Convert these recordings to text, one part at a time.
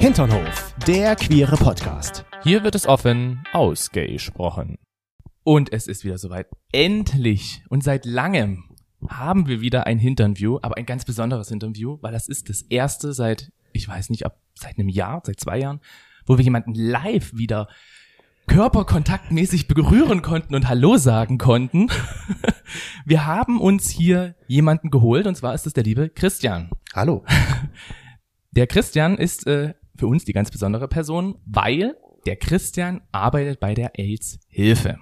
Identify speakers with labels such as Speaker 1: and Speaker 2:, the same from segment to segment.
Speaker 1: Hinternhof, der queere Podcast.
Speaker 2: Hier wird es offen ausgesprochen. Und es ist wieder soweit. Endlich und seit langem haben wir wieder ein Hinternview, aber ein ganz besonderes Hinternview, weil das ist das erste seit, ich weiß nicht, seit einem Jahr, seit 2 Jahren, wo wir jemanden live wieder körperkontaktmäßig berühren konnten und Hallo sagen konnten. Wir haben uns hier jemanden geholt, und zwar ist es der liebe Christian.
Speaker 3: Hallo.
Speaker 2: Der Christian ist für uns die ganz besondere Person, weil der Christian arbeitet bei der AIDS-Hilfe.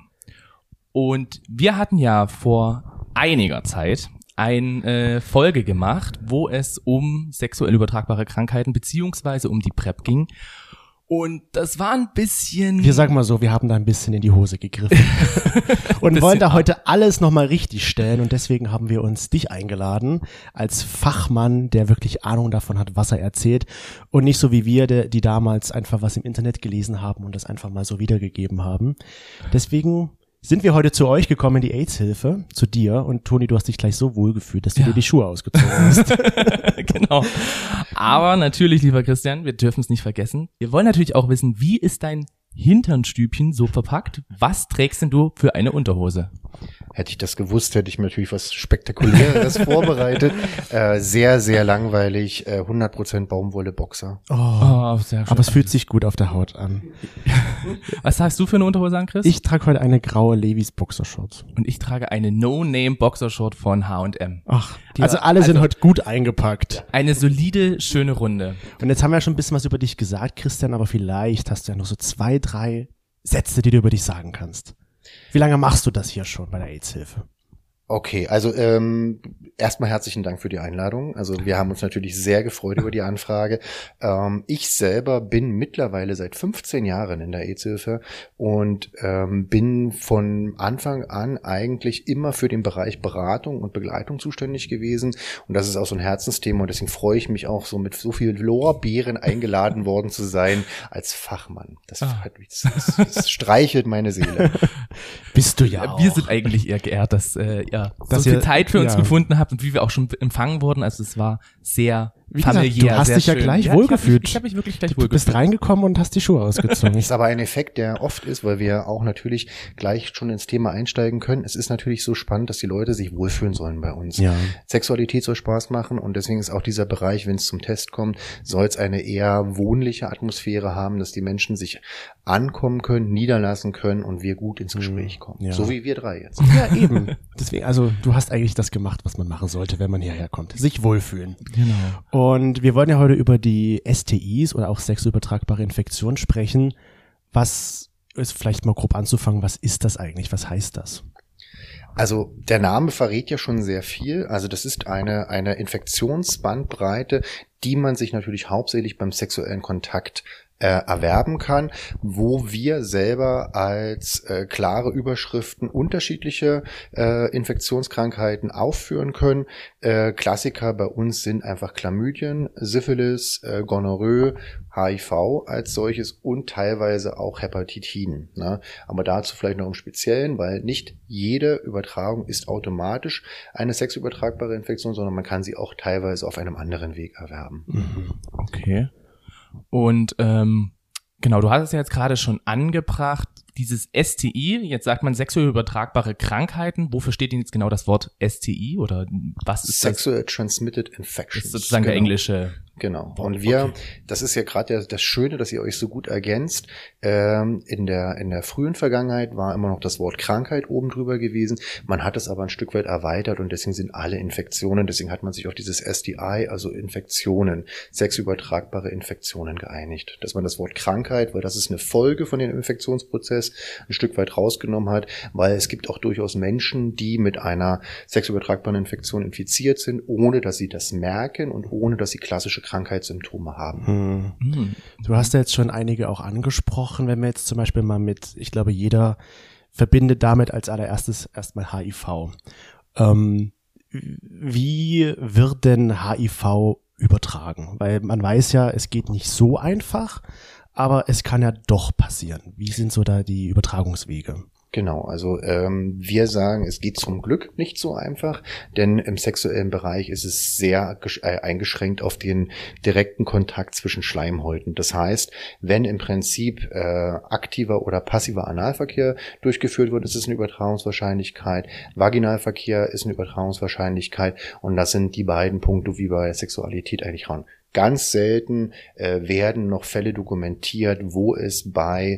Speaker 2: Und wir hatten ja vor einiger Zeit eine Folge gemacht, wo es um sexuell übertragbare Krankheiten beziehungsweise um die PrEP ging. Und das war ein bisschen...
Speaker 1: Wir sagen mal so, wir haben da ein bisschen in die Hose gegriffen und wollen da heute alles nochmal richtig stellen, und deswegen haben wir uns dich eingeladen als Fachmann, der wirklich Ahnung davon hat, was er erzählt, und nicht so wie wir, die damals einfach was im Internet gelesen haben und das einfach mal so wiedergegeben haben. Deswegen sind wir heute zu euch gekommen in die AIDS-Hilfe, zu dir, und Toni, du hast dich gleich so wohl gefühlt, dass du dir die Schuhe ausgezogen hast.
Speaker 2: Genau. Aber natürlich, lieber Christian, wir dürfen es nicht vergessen. Wir wollen natürlich auch wissen, wie ist dein Hinternstübchen so verpackt? Was trägst denn du für eine Unterhose?
Speaker 3: Hätte ich das gewusst, hätte ich mir natürlich was Spektakuläres vorbereitet. Sehr, sehr langweilig. 100% Baumwolle Boxer.
Speaker 1: Oh,
Speaker 2: sehr schön.
Speaker 1: Aber es fühlt sich gut auf der Haut an.
Speaker 2: Was hast du für eine Unterhose an, Chris?
Speaker 1: Ich trage heute eine graue Levi's Boxershorts.
Speaker 2: Und ich trage eine No-Name-Boxershort von H&M.
Speaker 1: Ach, also alle sind heute gut eingepackt.
Speaker 2: Eine solide, schöne Runde.
Speaker 1: Und jetzt haben wir ja schon ein bisschen was über dich gesagt, Christian, aber vielleicht hast du ja noch so 2, 3 Sätze, die du über dich sagen kannst. Wie lange machst du das hier schon bei der AIDS-Hilfe?
Speaker 3: Okay, also erstmal herzlichen Dank für die Einladung. Also wir haben uns natürlich sehr gefreut über die Anfrage. Ich selber bin mittlerweile seit 15 Jahren in der AIDS-Hilfe und bin von Anfang an eigentlich immer für den Bereich Beratung und Begleitung zuständig gewesen. Und das ist auch so ein Herzensthema, und deswegen freue ich mich auch, so mit so viel Lorbeeren eingeladen worden zu sein als Fachmann. Das freut mich, das streichelt meine Seele.
Speaker 1: Bist du ja auch.
Speaker 2: Wir sind eigentlich eher geehrt, dass so viel Zeit für uns gefunden habt und wie wir auch schon empfangen wurden. Also es war sehr familiär.
Speaker 1: Du hast dich ja gleich wohlgefühlt.
Speaker 2: Ich hab mich wirklich gleich
Speaker 1: wohlgefühlt. Du bist reingekommen und hast die Schuhe ausgezogen.
Speaker 3: Das ist aber ein Effekt, der oft ist, weil wir auch natürlich gleich schon ins Thema einsteigen können. Es ist natürlich so spannend, dass die Leute sich wohlfühlen sollen bei uns. Ja. Sexualität soll Spaß machen, und deswegen ist auch dieser Bereich, wenn es zum Test kommt, soll es eine eher wohnliche Atmosphäre haben, dass die Menschen sich ankommen können, niederlassen können und wir gut ins Gespräch kommen. Ja. So wie wir 3 jetzt.
Speaker 1: Ja, eben. Deswegen, also du hast eigentlich das gemacht, was man machen sollte, wenn man hierher kommt. Sich wohlfühlen.
Speaker 2: Genau.
Speaker 1: Und wir wollen ja heute über die STIs oder auch sexuell übertragbare Infektionen sprechen. Was ist vielleicht mal grob anzufangen, was ist das eigentlich? Was heißt das?
Speaker 3: Also der Name verrät ja schon sehr viel. Also das ist eine Infektionsbandbreite, die man sich natürlich hauptsächlich beim sexuellen Kontakt erwerben kann, wo wir selber als klare Überschriften unterschiedliche Infektionskrankheiten aufführen können. Klassiker bei uns sind einfach Chlamydien, Syphilis, Gonorrhoe, HIV als solches und teilweise auch Hepatitiden. Ne? Aber dazu vielleicht noch im Speziellen, weil nicht jede Übertragung ist automatisch eine sexübertragbare Infektion, sondern man kann sie auch teilweise auf einem anderen Weg erwerben.
Speaker 2: Mhm. Okay. Und genau, du hast es ja jetzt gerade schon angebracht, dieses STI, jetzt sagt man sexuell übertragbare Krankheiten. Wofür steht denn jetzt genau das Wort STI oder was ist
Speaker 3: Sexual Transmitted Infections.
Speaker 2: Das ist sozusagen der englische.
Speaker 3: Genau. Und wir, das ist ja gerade das Schöne, dass ihr euch so gut ergänzt. In der frühen Vergangenheit war immer noch das Wort Krankheit oben drüber gewesen. Man hat es aber ein Stück weit erweitert, und deswegen sind alle Infektionen, deswegen hat man sich auf dieses STI, also Infektionen, sexübertragbare Infektionen geeinigt. Dass man das Wort Krankheit, weil das ist eine Folge von dem Infektionsprozess, ein Stück weit rausgenommen hat, weil es gibt auch durchaus Menschen, die mit einer sexübertragbaren Infektion infiziert sind, ohne dass sie das merken und ohne dass sie klassische Krankheitssymptome haben.
Speaker 1: Du hast ja jetzt schon einige auch angesprochen, wenn wir jetzt zum Beispiel mal ich glaube, jeder verbindet damit als allererstes erstmal HIV. Wie wird denn HIV übertragen? Weil man weiß ja, es geht nicht so einfach, aber es kann ja doch passieren. Wie sind so da die Übertragungswege?
Speaker 3: Genau, also wir sagen, es geht zum Glück nicht so einfach, denn im sexuellen Bereich ist es sehr eingeschränkt auf den direkten Kontakt zwischen Schleimhäuten. Das heißt, wenn im Prinzip aktiver oder passiver Analverkehr durchgeführt wird, ist es eine Übertragungswahrscheinlichkeit. Vaginalverkehr ist eine Übertragungswahrscheinlichkeit und das sind die beiden Punkte, wie bei Sexualität eigentlich ran. Ganz selten werden noch Fälle dokumentiert, wo es bei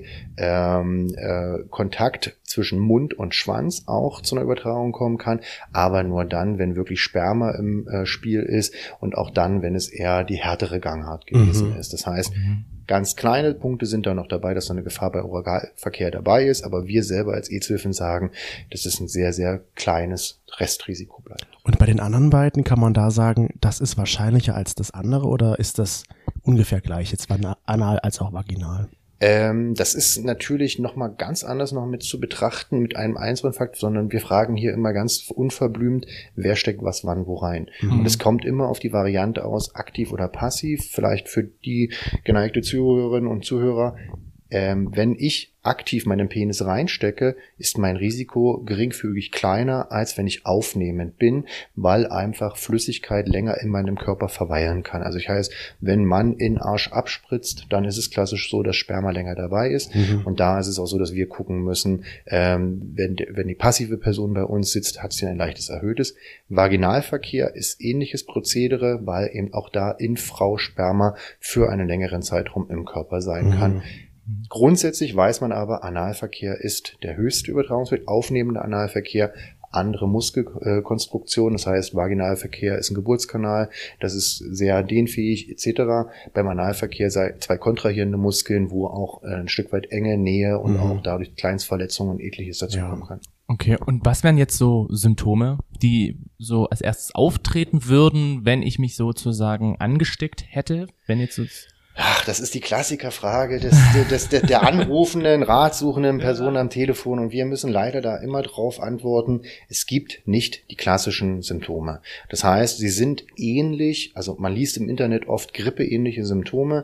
Speaker 3: Kontakt zwischen Mund und Schwanz auch zu einer Übertragung kommen kann, aber nur dann, wenn wirklich Sperma im Spiel ist und auch dann, wenn es eher die härtere Gangart gewesen ist. Das heißt, ganz kleine Punkte sind da noch dabei, dass so eine Gefahr bei Oralverkehr dabei ist, aber wir selber als EZ-Hilfen sagen, dass es ein sehr, sehr kleines Restrisiko bleibt.
Speaker 1: Und bei den anderen beiden kann man da sagen, das ist wahrscheinlicher als das andere oder ist das ungefähr gleich, jetzt anal als auch vaginal?
Speaker 3: Das ist natürlich nochmal ganz anders noch mit zu betrachten mit einem einzelnen Fakt, sondern wir fragen hier immer ganz unverblümt, wer steckt was wann wo rein. Und es kommt immer auf die Variante aus, aktiv oder passiv, vielleicht für die geneigte Zuhörerinnen und Zuhörer. Wenn ich aktiv meinen Penis reinstecke, ist mein Risiko geringfügig kleiner, als wenn ich aufnehmend bin, weil einfach Flüssigkeit länger in meinem Körper verweilen kann. Also das heißt, wenn man in Arsch abspritzt, dann ist es klassisch so, dass Sperma länger dabei ist. Und da ist es auch so, dass wir gucken müssen, wenn die passive Person bei uns sitzt, hat sie ein leichtes erhöhtes. Vaginalverkehr ist ähnliches Prozedere, weil eben auch da in Frau Sperma für einen längeren Zeitraum im Körper sein kann. Grundsätzlich weiß man aber, Analverkehr ist der höchste Übertragungsweg, aufnehmender Analverkehr, andere Muskelkonstruktion, das heißt Vaginalverkehr ist ein Geburtskanal, das ist sehr dehnfähig etc. Beim Analverkehr zwei kontrahierende Muskeln, wo auch ein Stück weit Enge, Nähe und auch dadurch Kleinstverletzungen und Ähnliches dazu kommen kann.
Speaker 2: Okay, und was wären jetzt so Symptome, die so als erstes auftreten würden, wenn ich mich sozusagen angesteckt hätte, wenn jetzt so
Speaker 3: Ach, das ist die Klassikerfrage der anrufenden, ratsuchenden Person am Telefon und wir müssen leider da immer drauf antworten, es gibt nicht die klassischen Symptome. Das heißt, sie sind ähnlich, also man liest im Internet oft grippeähnliche Symptome,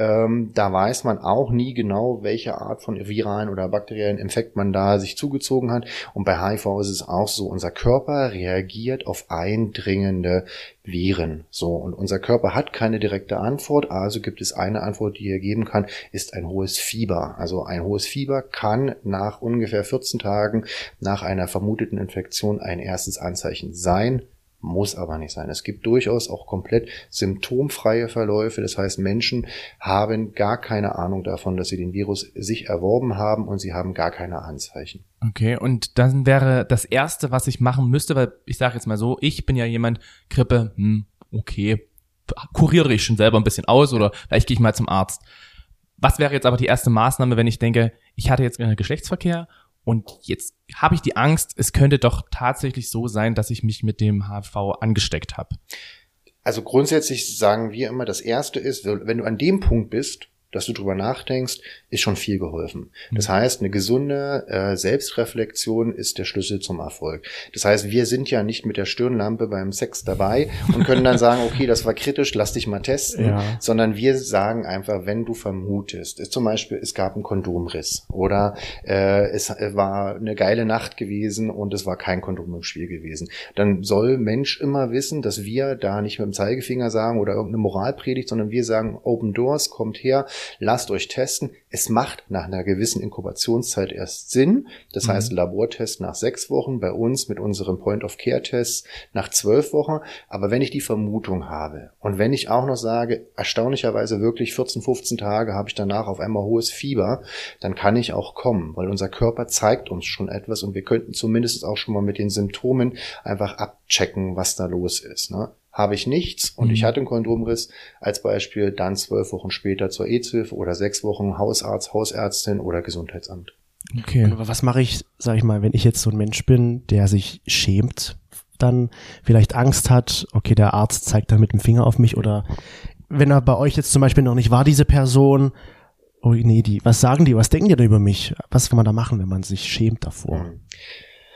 Speaker 3: da weiß man auch nie genau, welche Art von viralen oder bakteriellen Infekt man da sich zugezogen hat und bei HIV ist es auch so, unser Körper reagiert auf eindringende Viren. So, und unser Körper hat keine direkte Antwort, also gibt es eine Antwort, die er geben kann, ist ein hohes Fieber. Also ein hohes Fieber kann nach ungefähr 14 Tagen nach einer vermuteten Infektion ein erstes Anzeichen sein, muss aber nicht sein. Es gibt durchaus auch komplett symptomfreie Verläufe. Das heißt, Menschen haben gar keine Ahnung davon, dass sie den Virus sich erworben haben und sie haben gar keine Anzeichen.
Speaker 2: Okay, und dann wäre das Erste, was ich machen müsste, weil ich sage jetzt mal so, ich bin ja jemand, Grippe, okay, kuriere ich schon selber ein bisschen aus oder vielleicht gehe ich mal zum Arzt. Was wäre jetzt aber die erste Maßnahme, wenn ich denke, ich hatte jetzt einen Geschlechtsverkehr und jetzt habe ich die Angst, es könnte doch tatsächlich so sein, dass ich mich mit dem HIV angesteckt habe?
Speaker 3: Also grundsätzlich sagen wir immer, das Erste ist, wenn du an dem Punkt bist, dass du drüber nachdenkst, ist schon viel geholfen. Das heißt, eine gesunde Selbstreflexion ist der Schlüssel zum Erfolg. Das heißt, wir sind ja nicht mit der Stirnlampe beim Sex dabei und können dann sagen, okay, das war kritisch, lass dich mal testen, sondern wir sagen einfach, wenn du vermutest, zum Beispiel, es gab einen Kondomriss oder es war eine geile Nacht gewesen und es war kein Kondom im Spiel gewesen, dann soll Mensch immer wissen, dass wir da nicht mit dem Zeigefinger sagen oder irgendeine Moralpredigt, sondern wir sagen, Open Doors, kommt her, lasst euch testen. Es macht nach einer gewissen Inkubationszeit erst Sinn. Das heißt, Labortest nach 6 Wochen, bei uns mit unseren Point-of-Care-Tests nach 12 Wochen. Aber wenn ich die Vermutung habe und wenn ich auch noch sage, erstaunlicherweise wirklich 14, 15 Tage habe ich danach auf einmal hohes Fieber, dann kann ich auch kommen, weil unser Körper zeigt uns schon etwas und wir könnten zumindest auch schon mal mit den Symptomen einfach abchecken, was da los ist, ne? Habe ich nichts und ich hatte einen Kondomriss als Beispiel, dann 12 Wochen später zur EZ-Hilfe oder 6 Wochen Hausarzt, Hausärztin oder Gesundheitsamt.
Speaker 1: Okay. Und was mache ich, sag ich mal, wenn ich jetzt so ein Mensch bin, der sich schämt, dann vielleicht Angst hat, okay, der Arzt zeigt dann mit dem Finger auf mich oder wenn er bei euch jetzt zum Beispiel noch nicht war, diese Person, oh nee, was sagen die, was denken die da über mich? Was kann man da machen, wenn man sich schämt davor?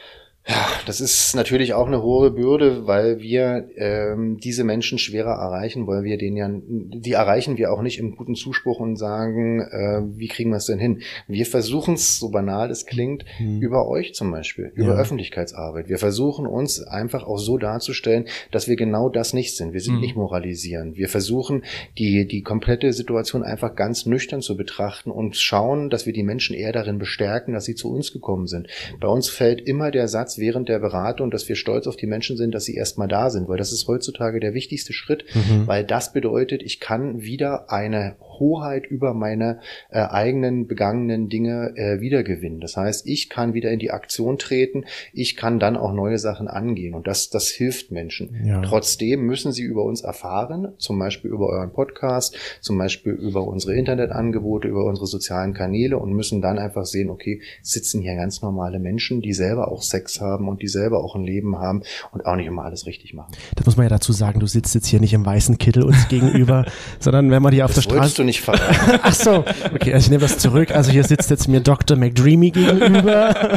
Speaker 3: Ja, das ist natürlich auch eine hohe Bürde, weil wir diese Menschen schwerer erreichen, weil wir die erreichen wir auch nicht im guten Zuspruch und sagen, wie kriegen wir es denn hin? Wir versuchen es, so banal es klingt, über euch zum Beispiel, über Öffentlichkeitsarbeit. Wir versuchen uns einfach auch so darzustellen, dass wir genau das nicht sind. Wir sind nicht moralisierend. Wir versuchen, die komplette Situation einfach ganz nüchtern zu betrachten und schauen, dass wir die Menschen eher darin bestärken, dass sie zu uns gekommen sind. Bei uns fällt immer der Satz während der Beratung, dass wir stolz auf die Menschen sind, dass sie erstmal da sind, weil das ist heutzutage der wichtigste Schritt, weil das bedeutet, ich kann wieder eine Hoheit über meine eigenen begangenen Dinge wiedergewinnen. Das heißt, ich kann wieder in die Aktion treten, ich kann dann auch neue Sachen angehen und das hilft Menschen. Ja. Trotzdem müssen sie über uns erfahren, zum Beispiel über euren Podcast, zum Beispiel über unsere Internetangebote, über unsere sozialen Kanäle und müssen dann einfach sehen, okay, sitzen hier ganz normale Menschen, die selber auch Sex haben und die selber auch ein Leben haben und auch nicht immer alles richtig machen.
Speaker 1: Das muss man ja dazu sagen, du sitzt jetzt hier nicht im weißen Kittel uns gegenüber, sondern wenn man dir auf der Straße...
Speaker 3: Das wolltest du nicht verraten.
Speaker 1: Ach so, okay, also ich nehme das zurück. Also hier sitzt jetzt mir Dr. McDreamy gegenüber.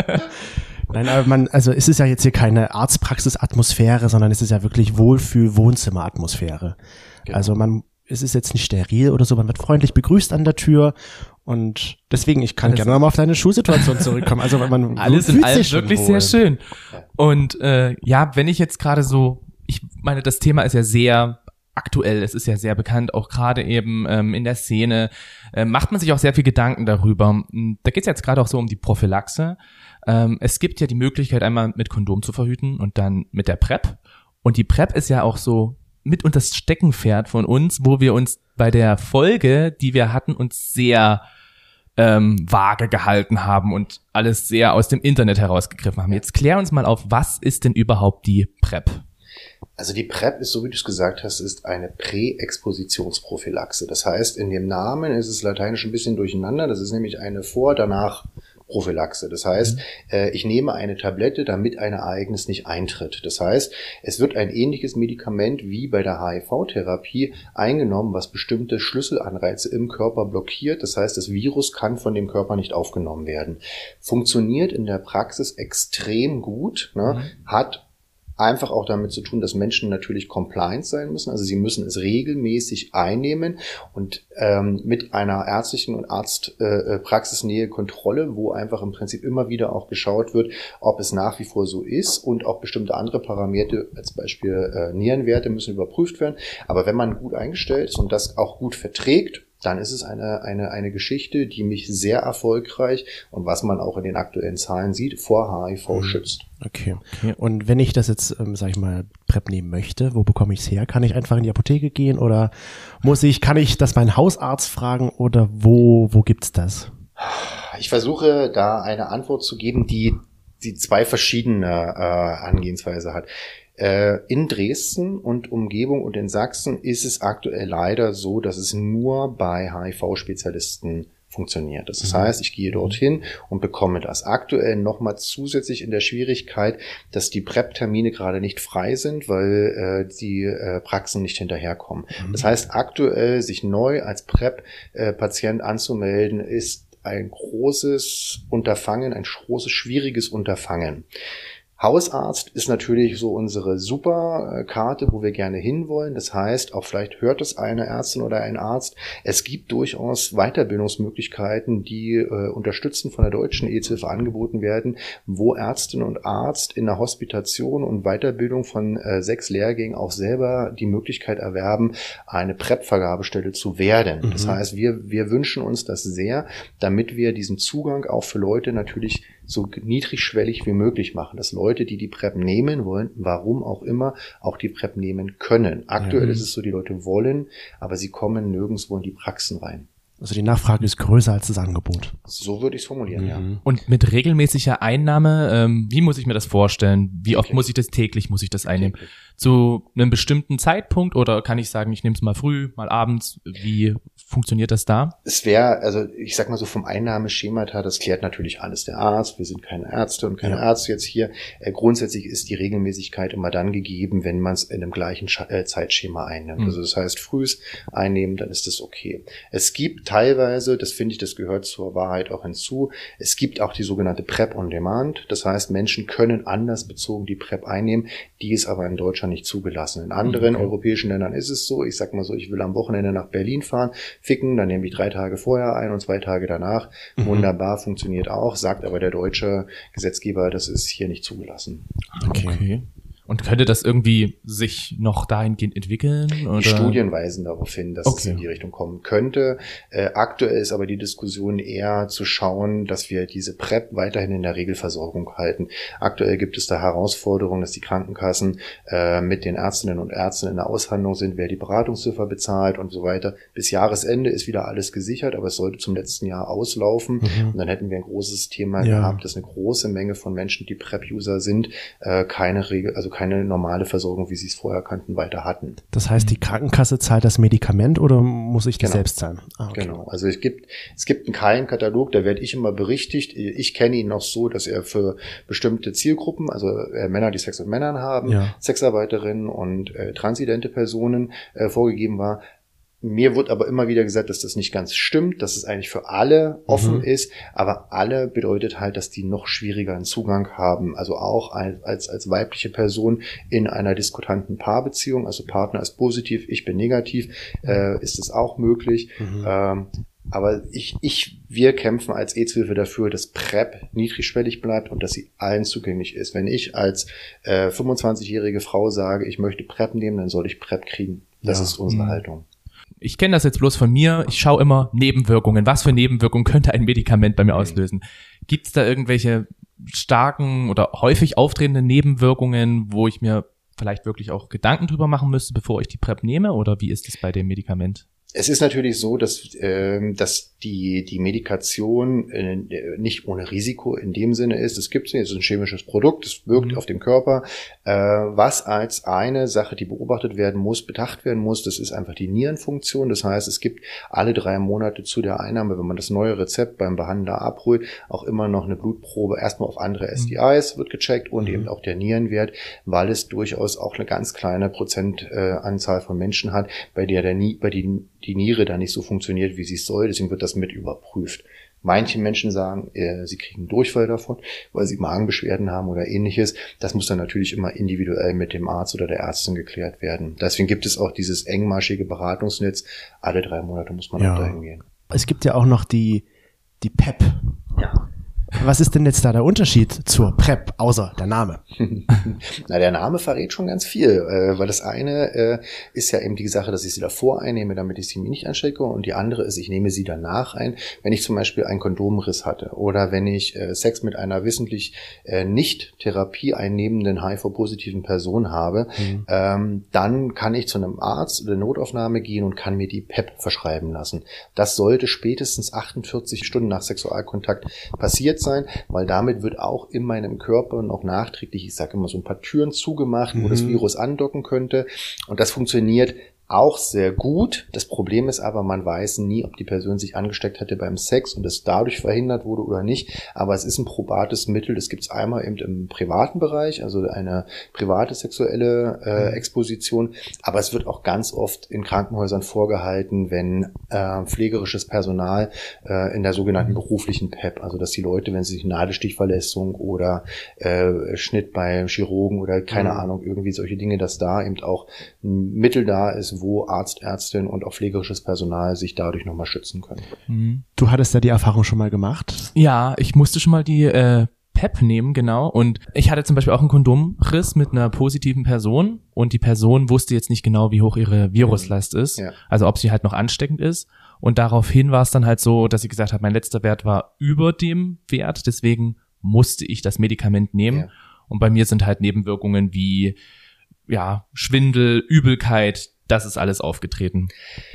Speaker 1: Nein, aber es ist ja jetzt hier keine Arztpraxisatmosphäre, sondern es ist ja wirklich Wohlfühl-Wohnzimmeratmosphäre. Genau. Also es ist jetzt nicht steril oder so, man wird freundlich begrüßt an der Tür und deswegen, ich kann gerne nochmal auf deine Schuhsituation zurückkommen. Also man
Speaker 2: alles in allem wirklich sehr schön. Und wenn ich jetzt gerade so, ich meine, das Thema ist ja sehr aktuell, es ist ja sehr bekannt, auch gerade eben in der Szene, macht man sich auch sehr viel Gedanken darüber. Da geht es jetzt gerade auch so um die Prophylaxe. Es gibt ja die Möglichkeit, einmal mit Kondom zu verhüten und dann mit der PrEP. Und die PrEP ist ja auch so mit und das Steckenpferd von uns, wo wir uns bei der Folge, die wir hatten, uns sehr vage gehalten haben und alles sehr aus dem Internet herausgegriffen haben. Jetzt klär uns mal auf, was ist denn überhaupt die PrEP?
Speaker 3: Also die PrEP ist, so wie du es gesagt hast, ist eine Präexpositionsprophylaxe. Das heißt, in dem Namen ist es lateinisch ein bisschen durcheinander. Das ist nämlich eine Vor-Danach-Prophylaxe. Das heißt, ich nehme eine Tablette, damit ein Ereignis nicht eintritt. Das heißt, es wird ein ähnliches Medikament wie bei der HIV-Therapie eingenommen, was bestimmte Schlüsselanreize im Körper blockiert. Das heißt, das Virus kann von dem Körper nicht aufgenommen werden. Funktioniert in der Praxis extrem gut, hat einfach auch damit zu tun, dass Menschen natürlich compliant sein müssen. Also sie müssen es regelmäßig einnehmen und mit einer ärztlichen und Arztpraxisnähe Kontrolle, wo einfach im Prinzip immer wieder auch geschaut wird, ob es nach wie vor so ist und auch bestimmte andere Parameter, als Beispiel Nierenwerte, müssen überprüft werden. Aber wenn man gut eingestellt ist und das auch gut verträgt, dann ist es eine Geschichte, die mich sehr erfolgreich und was man auch in den aktuellen Zahlen sieht, vor HIV schützt.
Speaker 1: Okay. Und wenn ich das jetzt, PrEP nehmen möchte, wo bekomme ich es her? Kann ich einfach in die Apotheke gehen oder kann ich das meinen Hausarzt fragen oder wo gibt's das?
Speaker 3: Ich versuche da eine Antwort zu geben, die zwei verschiedene Angehensweise hat. In Dresden und Umgebung und in Sachsen ist es aktuell leider so, dass es nur bei HIV-Spezialisten funktioniert. Das heißt, ich gehe dorthin und bekomme das. Aktuell nochmal zusätzlich in der Schwierigkeit, dass die PrEP-Termine gerade nicht frei sind, weil die Praxen nicht hinterherkommen. Das heißt, aktuell sich neu als PrEP-Patient anzumelden, ist ein großes Unterfangen, ein großes, schwieriges Unterfangen. Hausarzt ist natürlich so unsere Superkarte, wo wir gerne hinwollen. Das heißt, auch vielleicht hört es eine Ärztin oder ein Arzt. Es gibt durchaus Weiterbildungsmöglichkeiten, die unterstützend von der deutschen AIDS-Hilfe angeboten werden, wo Ärztin und Arzt in der Hospitation und Weiterbildung von 6 Lehrgängen auch selber die Möglichkeit erwerben, eine PrEP-Vergabestelle zu werden. Das heißt, wir wünschen uns das sehr, damit wir diesen Zugang auch für Leute natürlich so niedrigschwellig wie möglich machen, dass Leute, die PrEP nehmen wollen, warum auch immer, auch die PrEP nehmen können. Aktuell ist es so, die Leute wollen, aber sie kommen nirgendwo in die Praxen rein.
Speaker 1: Also die Nachfrage ist größer als das Angebot.
Speaker 3: So würde ich es formulieren, ja.
Speaker 2: Und mit regelmäßiger Einnahme, wie muss ich mir das vorstellen? Wie oft muss ich das täglich einnehmen? Zu einem bestimmten Zeitpunkt oder kann ich sagen, ich nehme es mal früh, mal abends? Wie funktioniert das da?
Speaker 3: Es wäre, also ich sag mal so vom Einnahmeschemata, das klärt natürlich alles der Arzt. Wir sind keine Ärzte und keine Ärzte jetzt hier. Grundsätzlich ist die Regelmäßigkeit immer dann gegeben, wenn man es in einem gleichen Zeitschema einnimmt. Also das heißt, frühs einnehmen, dann ist das okay. Es gibt teilweise, das finde ich, das gehört zur Wahrheit auch hinzu, es gibt auch die sogenannte PrEP on Demand. Das heißt, Menschen können anlassbezogen die PrEP einnehmen, die ist aber in Deutschland nicht zugelassen. In anderen europäischen Ländern ist es so, ich sag mal so, ich will am Wochenende nach Berlin fahren, ficken, dann nehme ich 3 Tage vorher ein und 2 Tage danach. Wunderbar, funktioniert auch, sagt aber der deutsche Gesetzgeber, das ist hier nicht zugelassen.
Speaker 2: Okay. Und könnte das irgendwie sich noch dahingehend entwickeln? Oder?
Speaker 3: Die Studien weisen darauf hin, dass es in die Richtung kommen könnte. Aktuell ist aber die Diskussion eher zu schauen, dass wir diese PrEP weiterhin in der Regelversorgung halten. Aktuell gibt es da Herausforderungen, dass die Krankenkassen mit den Ärztinnen und Ärzten in der Aushandlung sind, wer die Beratungshilfe bezahlt und so weiter. Bis Jahresende ist wieder alles gesichert, aber es sollte zum letzten Jahr auslaufen. Und dann hätten wir ein großes Thema gehabt, dass eine große Menge von Menschen, die PrEP-User sind, keine normale Versorgung, wie sie es vorher kannten, weiter hatten.
Speaker 1: Das heißt, die Krankenkasse zahlt das Medikament oder muss ich das selbst zahlen? Okay.
Speaker 3: Genau. Also es gibt einen Keilenkatalog, da werde ich immer berichtigt. Ich kenne ihn noch so, dass er für bestimmte Zielgruppen, also Männer, die Sex mit Männern haben, Sexarbeiterinnen und transidente Personen vorgegeben war. Mir wird aber immer wieder gesagt, dass das nicht ganz stimmt, dass es eigentlich für alle offen ist, aber alle bedeutet halt, dass die noch schwieriger einen Zugang haben. Also auch als weibliche Person in einer diskutanten Paarbeziehung, also Partner ist positiv, ich bin negativ, ist es auch möglich. Aber wir kämpfen als AIDS-Hilfe dafür, dass PrEP niedrigschwellig bleibt und dass sie allen zugänglich ist. Wenn ich als 25-jährige Frau sage, ich möchte PrEP nehmen, dann soll ich PrEP kriegen. Das ist unsere Haltung.
Speaker 2: Ich kenne das jetzt bloß von mir. Ich schaue immer Nebenwirkungen. Was für Nebenwirkungen könnte ein Medikament bei mir auslösen? Gibt es da irgendwelche starken oder häufig auftretenden Nebenwirkungen, wo ich mir vielleicht wirklich auch Gedanken drüber machen müsste, bevor ich die PrEP nehme? Oder wie ist es bei dem Medikament?
Speaker 3: Es ist natürlich so, dass die Medikation nicht ohne Risiko in dem Sinne ist. Es gibt es nicht, es ist ein chemisches Produkt, es wirkt auf den Körper. Was als eine Sache, die beobachtet werden muss, bedacht werden muss, das ist einfach die Nierenfunktion. Das heißt, es gibt alle 3 Monate zu der Einnahme, wenn man das neue Rezept beim Behandler abholt, auch immer noch eine Blutprobe erstmal auf andere STIs wird gecheckt und eben auch der Nierenwert, weil es durchaus auch eine ganz kleine Prozentanzahl von Menschen hat, bei der die Niere da nicht so funktioniert, wie sie es soll. Deswegen wird das mit überprüft. Manche Menschen sagen, sie kriegen Durchfall davon, weil sie Magenbeschwerden haben oder ähnliches. Das muss dann natürlich immer individuell mit dem Arzt oder der Ärztin geklärt werden. Deswegen gibt es auch dieses engmaschige Beratungsnetz. Alle 3 Monate muss man auch dahin gehen.
Speaker 1: Es gibt ja auch noch die PrEP.
Speaker 3: Ja.
Speaker 1: Was ist denn jetzt da der Unterschied zur PrEP, außer der Name?
Speaker 3: Na, der Name verrät schon ganz viel, weil das eine ist ja eben die Sache, dass ich sie davor einnehme, damit ich sie mir nicht anstecke, und die andere ist, ich nehme sie danach ein, wenn ich zum Beispiel einen Kondomriss hatte oder wenn ich Sex mit einer wissentlich nicht Therapie einnehmenden HIV-positiven Person habe, dann kann ich zu einem Arzt oder Notaufnahme gehen und kann mir die PrEP verschreiben lassen. Das sollte spätestens 48 Stunden nach Sexualkontakt passiert sein, weil damit wird auch in meinem Körper noch nachträglich, ich sage immer, so ein paar Türen zugemacht, wo das Virus andocken könnte, und das funktioniert auch sehr gut. Das Problem ist aber, man weiß nie, ob die Person sich angesteckt hatte beim Sex und es dadurch verhindert wurde oder nicht. Aber es ist ein probates Mittel. Das gibt es einmal eben im privaten Bereich, also eine private sexuelle Exposition. Aber es wird auch ganz oft in Krankenhäusern vorgehalten, wenn pflegerisches Personal in der sogenannten beruflichen PrEP, also dass die Leute, wenn sie sich Nadelstichverletzung oder Schnitt beim Chirurgen oder keine Ahnung, irgendwie solche Dinge, dass da eben auch ein Mittel da ist, wo Arzt, Ärztin und auch pflegerisches Personal sich dadurch nochmal schützen können.
Speaker 1: Du hattest ja die Erfahrung schon mal gemacht.
Speaker 2: Ja, ich musste schon mal die PrEP nehmen, genau. Und ich hatte zum Beispiel auch einen Kondomriss mit einer positiven Person und die Person wusste jetzt nicht genau, wie hoch ihre Viruslast ist. Ja. Also ob sie halt noch ansteckend ist. Und daraufhin war es dann halt so, dass sie gesagt hat, mein letzter Wert war über dem Wert, deswegen musste ich das Medikament nehmen. Ja. Und bei mir sind halt Nebenwirkungen wie Schwindel, Übelkeit, das ist alles aufgetreten.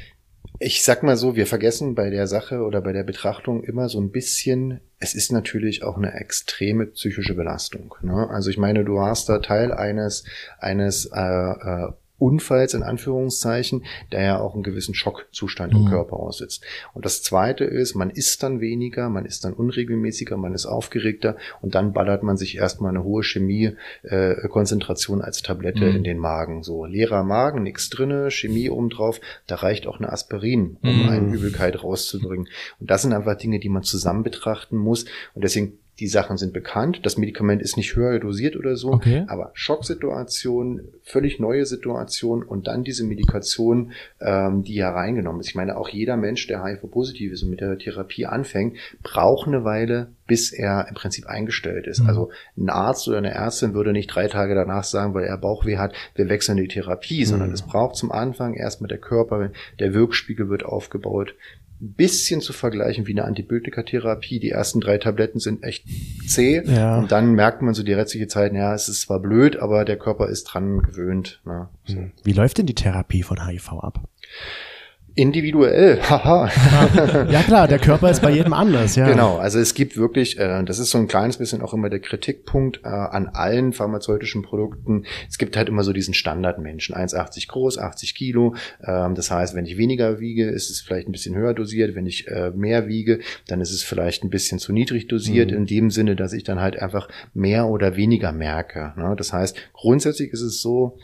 Speaker 3: Ich sag mal so, wir vergessen bei der Sache oder bei der Betrachtung immer so ein bisschen, es ist natürlich auch eine extreme psychische Belastung, ne? Also ich meine, du warst da Teil eines Unfalls in Anführungszeichen, der ja auch einen gewissen Schockzustand im Körper aussitzt. Und das Zweite ist, man isst dann weniger, man ist dann unregelmäßiger, man ist aufgeregter und dann ballert man sich erstmal eine hohe Chemie-Konzentration als Tablette in den Magen. So leerer Magen, nichts drinne, Chemie obendrauf, da reicht auch eine Aspirin, um eine Übelkeit rauszubringen. Und das sind einfach Dinge, die man zusammen betrachten muss und deswegen die Sachen sind bekannt. Das Medikament ist nicht höher dosiert oder so, aber Schocksituation, völlig neue Situation und dann diese Medikation, die ja reingenommen ist. Ich meine, auch jeder Mensch, der HIV-positiv ist und mit der Therapie anfängt, braucht eine Weile, bis er im Prinzip eingestellt ist. Also ein Arzt oder eine Ärztin würde nicht 3 Tage danach sagen, weil er Bauchweh hat, wir wechseln die Therapie, sondern es braucht zum Anfang erstmal der Körper, der Wirkspiegel wird aufgebaut, ein bisschen zu vergleichen wie eine Antibiotikatherapie. Die ersten 3 Tabletten sind echt zäh und dann merkt man so die restliche Zeit, ja, es ist zwar blöd, aber der Körper ist dran gewöhnt. Ne? So.
Speaker 1: Wie läuft denn die Therapie von HIV ab?
Speaker 3: Individuell, haha.
Speaker 1: Ja klar, der Körper ist bei jedem anders, ja.
Speaker 3: Genau, also es gibt wirklich, das ist so ein kleines bisschen auch immer der Kritikpunkt an allen pharmazeutischen Produkten. Es gibt halt immer so diesen Standardmenschen, 1,80 groß, 80 Kilo. Das heißt, wenn ich weniger wiege, ist es vielleicht ein bisschen höher dosiert. Wenn ich mehr wiege, dann ist es vielleicht ein bisschen zu niedrig dosiert, in dem Sinne, dass ich dann halt einfach mehr oder weniger merke. Ne? Das heißt, grundsätzlich ist es so,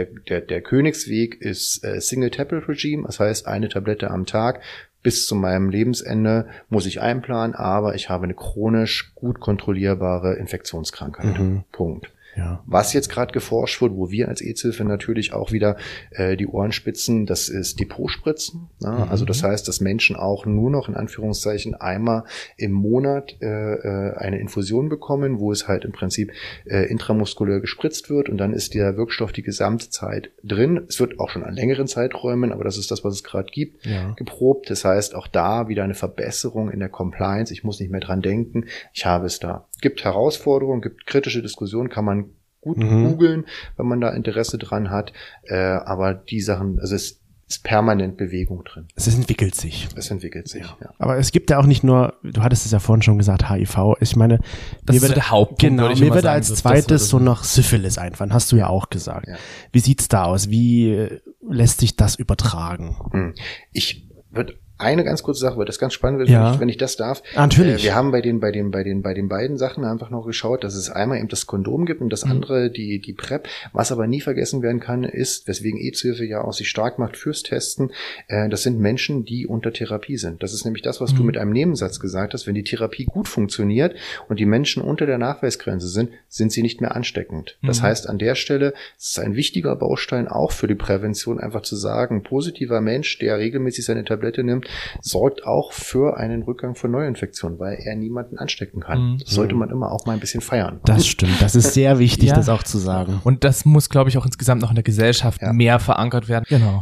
Speaker 3: der Königsweg ist Single-Tablet-Regime, das heißt eine Tablette am Tag. Bis zu meinem Lebensende muss ich einplanen, aber ich habe eine chronisch gut kontrollierbare Infektionskrankheit. Punkt.
Speaker 1: Ja.
Speaker 3: Was jetzt gerade geforscht wird, wo wir als EZ-Hilfe natürlich auch wieder die Ohren spitzen, das ist Depotspritzen. Ne? Also das heißt, dass Menschen auch nur noch in Anführungszeichen einmal im Monat eine Infusion bekommen, wo es halt im Prinzip intramuskulär gespritzt wird und dann ist der Wirkstoff die gesamte Zeit drin. Es wird auch schon an längeren Zeiträumen, aber das ist das, was es gerade gibt, geprobt. Das heißt, auch da wieder eine Verbesserung in der Compliance. Ich muss nicht mehr dran denken. Ich habe es da. Gibt Herausforderungen, gibt kritische Diskussionen, kann man gut googeln, wenn man da Interesse dran hat. Aber die Sachen, also es ist permanent Bewegung drin.
Speaker 1: Es entwickelt sich.
Speaker 3: Es entwickelt sich, ja.
Speaker 1: Aber es gibt ja auch nicht nur, du hattest es ja vorhin schon gesagt, HIV. Ich meine,
Speaker 2: das ist so der Hauptpunkt.
Speaker 1: Genau, mir würde als zweites so noch Syphilis einfallen, hast du ja auch gesagt. Ja. Wie sieht's da aus? Wie lässt sich das übertragen?
Speaker 3: Ich würde eine ganz kurze Sache, weil das ganz spannend wird, wenn ich das darf.
Speaker 1: Natürlich.
Speaker 3: Wir haben bei den beiden Sachen einfach noch geschaut, dass es einmal eben das Kondom gibt und das andere die PrEP. Was aber nie vergessen werden kann, ist, weswegen EZ-Hilfe ja auch sich stark macht fürs Testen, das sind Menschen, die unter Therapie sind. Das ist nämlich das, was du mit einem Nebensatz gesagt hast. Wenn die Therapie gut funktioniert und die Menschen unter der Nachweisgrenze sind sie nicht mehr ansteckend. Das heißt, an der Stelle ist es ein wichtiger Baustein auch für die Prävention, einfach zu sagen, ein positiver Mensch, der regelmäßig seine Tablette nimmt, sorgt auch für einen Rückgang von Neuinfektionen, weil er niemanden anstecken kann. Das sollte man immer auch mal ein bisschen feiern.
Speaker 1: Das stimmt, das ist sehr wichtig, das auch zu sagen.
Speaker 2: Und das muss, glaube ich, auch insgesamt noch in der Gesellschaft mehr verankert werden. Genau.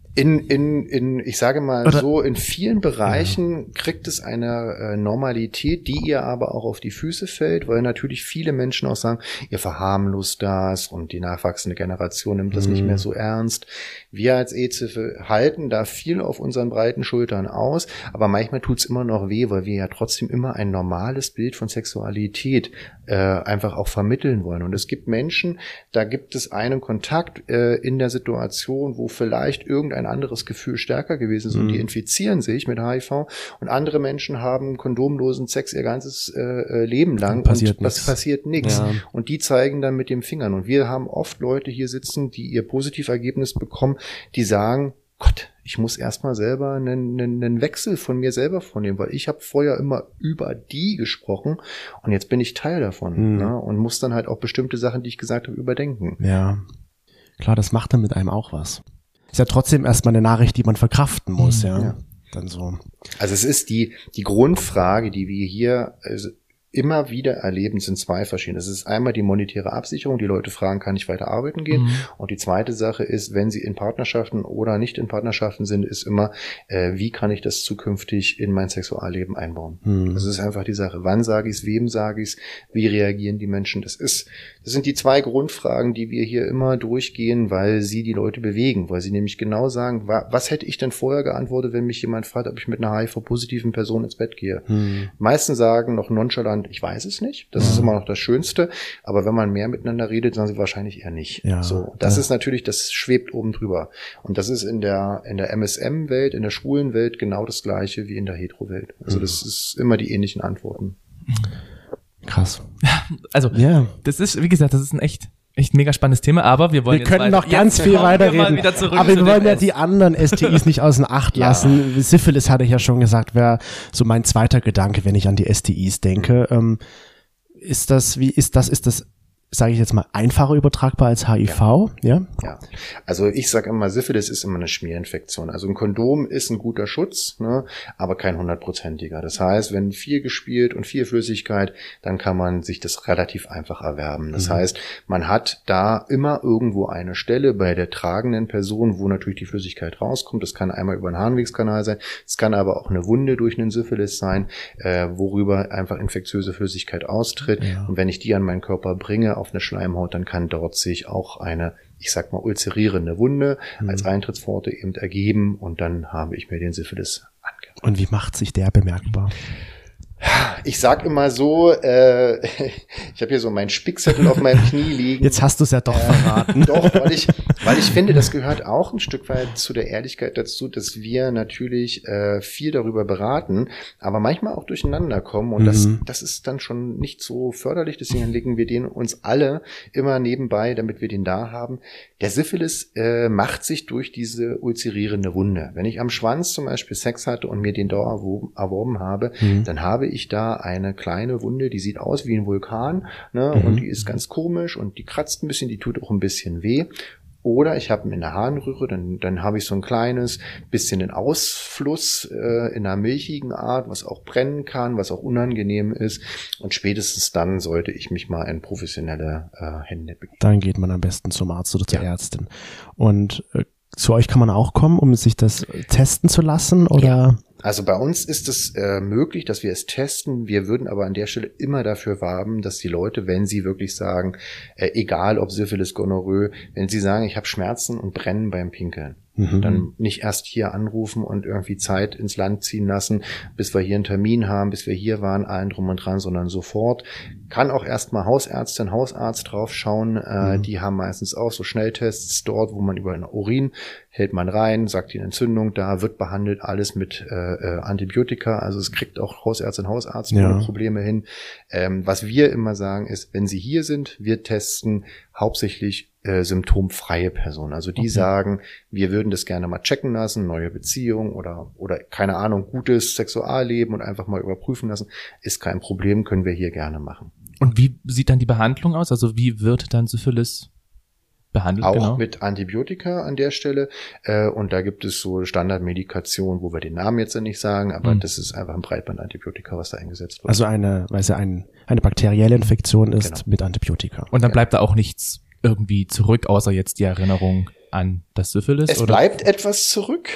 Speaker 3: Ich sage mal so, in vielen Bereichen kriegt es eine Normalität, die ihr aber auch auf die Füße fällt, weil natürlich viele Menschen auch sagen, ihr verharmlost das und die nachwachsende Generation nimmt das nicht mehr so ernst. Wir als EZ-Hilfe halten da viel auf unseren breiten Schultern aus, aber manchmal tut's immer noch weh, weil wir ja trotzdem immer ein normales Bild von Sexualität einfach auch vermitteln wollen. Und es gibt Menschen, da gibt es einen Kontakt in der Situation, wo vielleicht irgendein anderes Gefühl stärker gewesen ist und die infizieren sich mit HIV und andere Menschen haben kondomlosen Sex ihr ganzes Leben lang und passiert nichts. Ja. Und die zeigen dann mit den Fingern. Und wir haben oft Leute hier sitzen, die ihr Positivergebnis bekommen, die sagen, Gott, ich muss erstmal selber einen Wechsel von mir selber vornehmen, weil ich habe vorher immer über die gesprochen und jetzt bin ich Teil davon ne? Und muss dann halt auch bestimmte Sachen, die ich gesagt habe, überdenken.
Speaker 1: Ja, klar, das macht dann mit einem auch was. Ist ja trotzdem erstmal eine Nachricht, die man verkraften muss, ja. Dann so.
Speaker 3: Also es ist die Grundfrage, die wir hier immer wieder erleben, sind zwei verschiedene. Es ist einmal die monetäre Absicherung, die Leute fragen, kann ich weiter arbeiten gehen? Und die zweite Sache ist, wenn sie in Partnerschaften oder nicht in Partnerschaften sind, ist immer, wie kann ich das zukünftig in mein Sexualleben einbauen? Das ist einfach die Sache. Wann sage ich es, wem sage ich es, wie reagieren die Menschen? Das sind die zwei Grundfragen, die wir hier immer durchgehen, weil sie die Leute bewegen, weil sie nämlich genau sagen, was hätte ich denn vorher geantwortet, wenn mich jemand fragt, ob ich mit einer HIV-positiven Person ins Bett gehe? Die meisten sagen noch nonchalant, Hintergrund, ich weiß es nicht. Das ist immer noch das Schönste. Aber wenn man mehr miteinander redet, sagen sie wahrscheinlich eher nicht.
Speaker 1: Ja,
Speaker 3: so, das ist natürlich, das schwebt oben drüber. Und das ist in der MSM-Welt, in der schwulen Welt genau das Gleiche wie in der Hetero-Welt. Also das ist immer die ähnlichen Antworten.
Speaker 1: Krass.
Speaker 2: Also, das ist, wie gesagt, das ist ein echt mega spannendes Thema, aber wir wollen
Speaker 1: wir können noch ganz viel weiterreden, aber wir wollen ja die anderen STIs nicht außen Acht lassen. Syphilis hatte ich ja schon gesagt, wäre so mein zweiter Gedanke, wenn ich an die STIs denke. Ist das, sage ich jetzt mal, einfacher übertragbar als HIV? Ja.
Speaker 3: Also ich sage immer, Syphilis ist immer eine Schmierinfektion. Also ein Kondom ist ein guter Schutz, ne, aber kein 100%iger. Das heißt, wenn viel gespielt und viel Flüssigkeit, dann kann man sich das relativ einfach erwerben. Das heißt, man hat da immer irgendwo eine Stelle bei der tragenden Person, wo natürlich die Flüssigkeit rauskommt. Das kann einmal über den Harnwegskanal sein. Es kann aber auch eine Wunde durch einen Syphilis sein, worüber einfach infektiöse Flüssigkeit austritt. Ja. Und wenn ich die an meinen Körper bringe, auf eine Schleimhaut, dann kann dort sich auch eine, ich sag mal, ulcerierende Wunde als Eintrittspforte eben ergeben und dann habe ich mir den Syphilis angenommen.
Speaker 1: Und wie macht sich der bemerkbar?
Speaker 3: Ich sag immer so, ich habe hier so meinen Spickzettel auf meinem Knie liegen.
Speaker 1: Jetzt hast du es ja doch verraten.
Speaker 3: Doch, weil ich finde, das gehört auch ein Stück weit zu der Ehrlichkeit dazu, dass wir natürlich viel darüber beraten, aber manchmal auch durcheinander kommen und das ist dann schon nicht so förderlich, deswegen legen wir den uns alle immer nebenbei, damit wir den da haben. Der Syphilis macht sich durch diese ulcerierende Wunde. Wenn ich am Schwanz zum Beispiel Sex hatte und mir den da erworben habe, dann habe ich da eine kleine Wunde, die sieht aus wie ein Vulkan, ne, und die ist ganz komisch und die kratzt ein bisschen, die tut auch ein bisschen weh. Oder ich habe in der Harnröhre, dann habe ich so ein kleines bisschen den Ausfluss in einer milchigen Art, was auch brennen kann, was auch unangenehm ist. Und spätestens dann sollte ich mich mal in professionelle Hände begeben.
Speaker 1: Dann geht man am besten zum Arzt oder zur Ärztin. Und zu euch kann man auch kommen, um sich das testen zu lassen, oder?
Speaker 3: Ja. Also bei uns ist es möglich, dass wir es testen. Wir würden aber an der Stelle immer dafür werben, dass die Leute, wenn sie wirklich sagen, egal ob Syphilis, Gonorrhoe, wenn sie sagen, ich habe Schmerzen und Brennen beim Pinkeln, dann nicht erst hier anrufen und irgendwie Zeit ins Land ziehen lassen, bis wir hier einen Termin haben, bis wir hier waren, allen drum und dran, sondern sofort. Kann auch erstmal Hausärztin, Hausarzt drauf schauen. Die haben meistens auch so Schnelltests dort, wo man über den Urin hält man rein, sagt die Entzündung da, wird behandelt, alles mit Antibiotika. Also es kriegt auch Hausärztin, Hausarzt ohne Probleme hin. Was wir immer sagen ist, wenn sie hier sind, wir testen hauptsächlich symptomfreie Personen. Also die sagen, wir würden das gerne mal checken lassen, neue Beziehung oder keine Ahnung, gutes Sexualleben und einfach mal überprüfen lassen, ist kein Problem, können wir hier gerne machen.
Speaker 2: Und wie sieht dann die Behandlung aus? Also wie wird dann Syphilis behandelt?
Speaker 3: Auch mit Antibiotika an der Stelle. Und da gibt es so Standardmedikationen, wo wir den Namen jetzt nicht sagen, aber das ist einfach ein Breitbandantibiotika, was da eingesetzt wird.
Speaker 1: Also eine bakterielle Infektion ist mit Antibiotika.
Speaker 2: Und dann bleibt da auch nichts irgendwie zurück, außer jetzt die Erinnerung an das Syphilis?
Speaker 3: Es bleibt etwas zurück.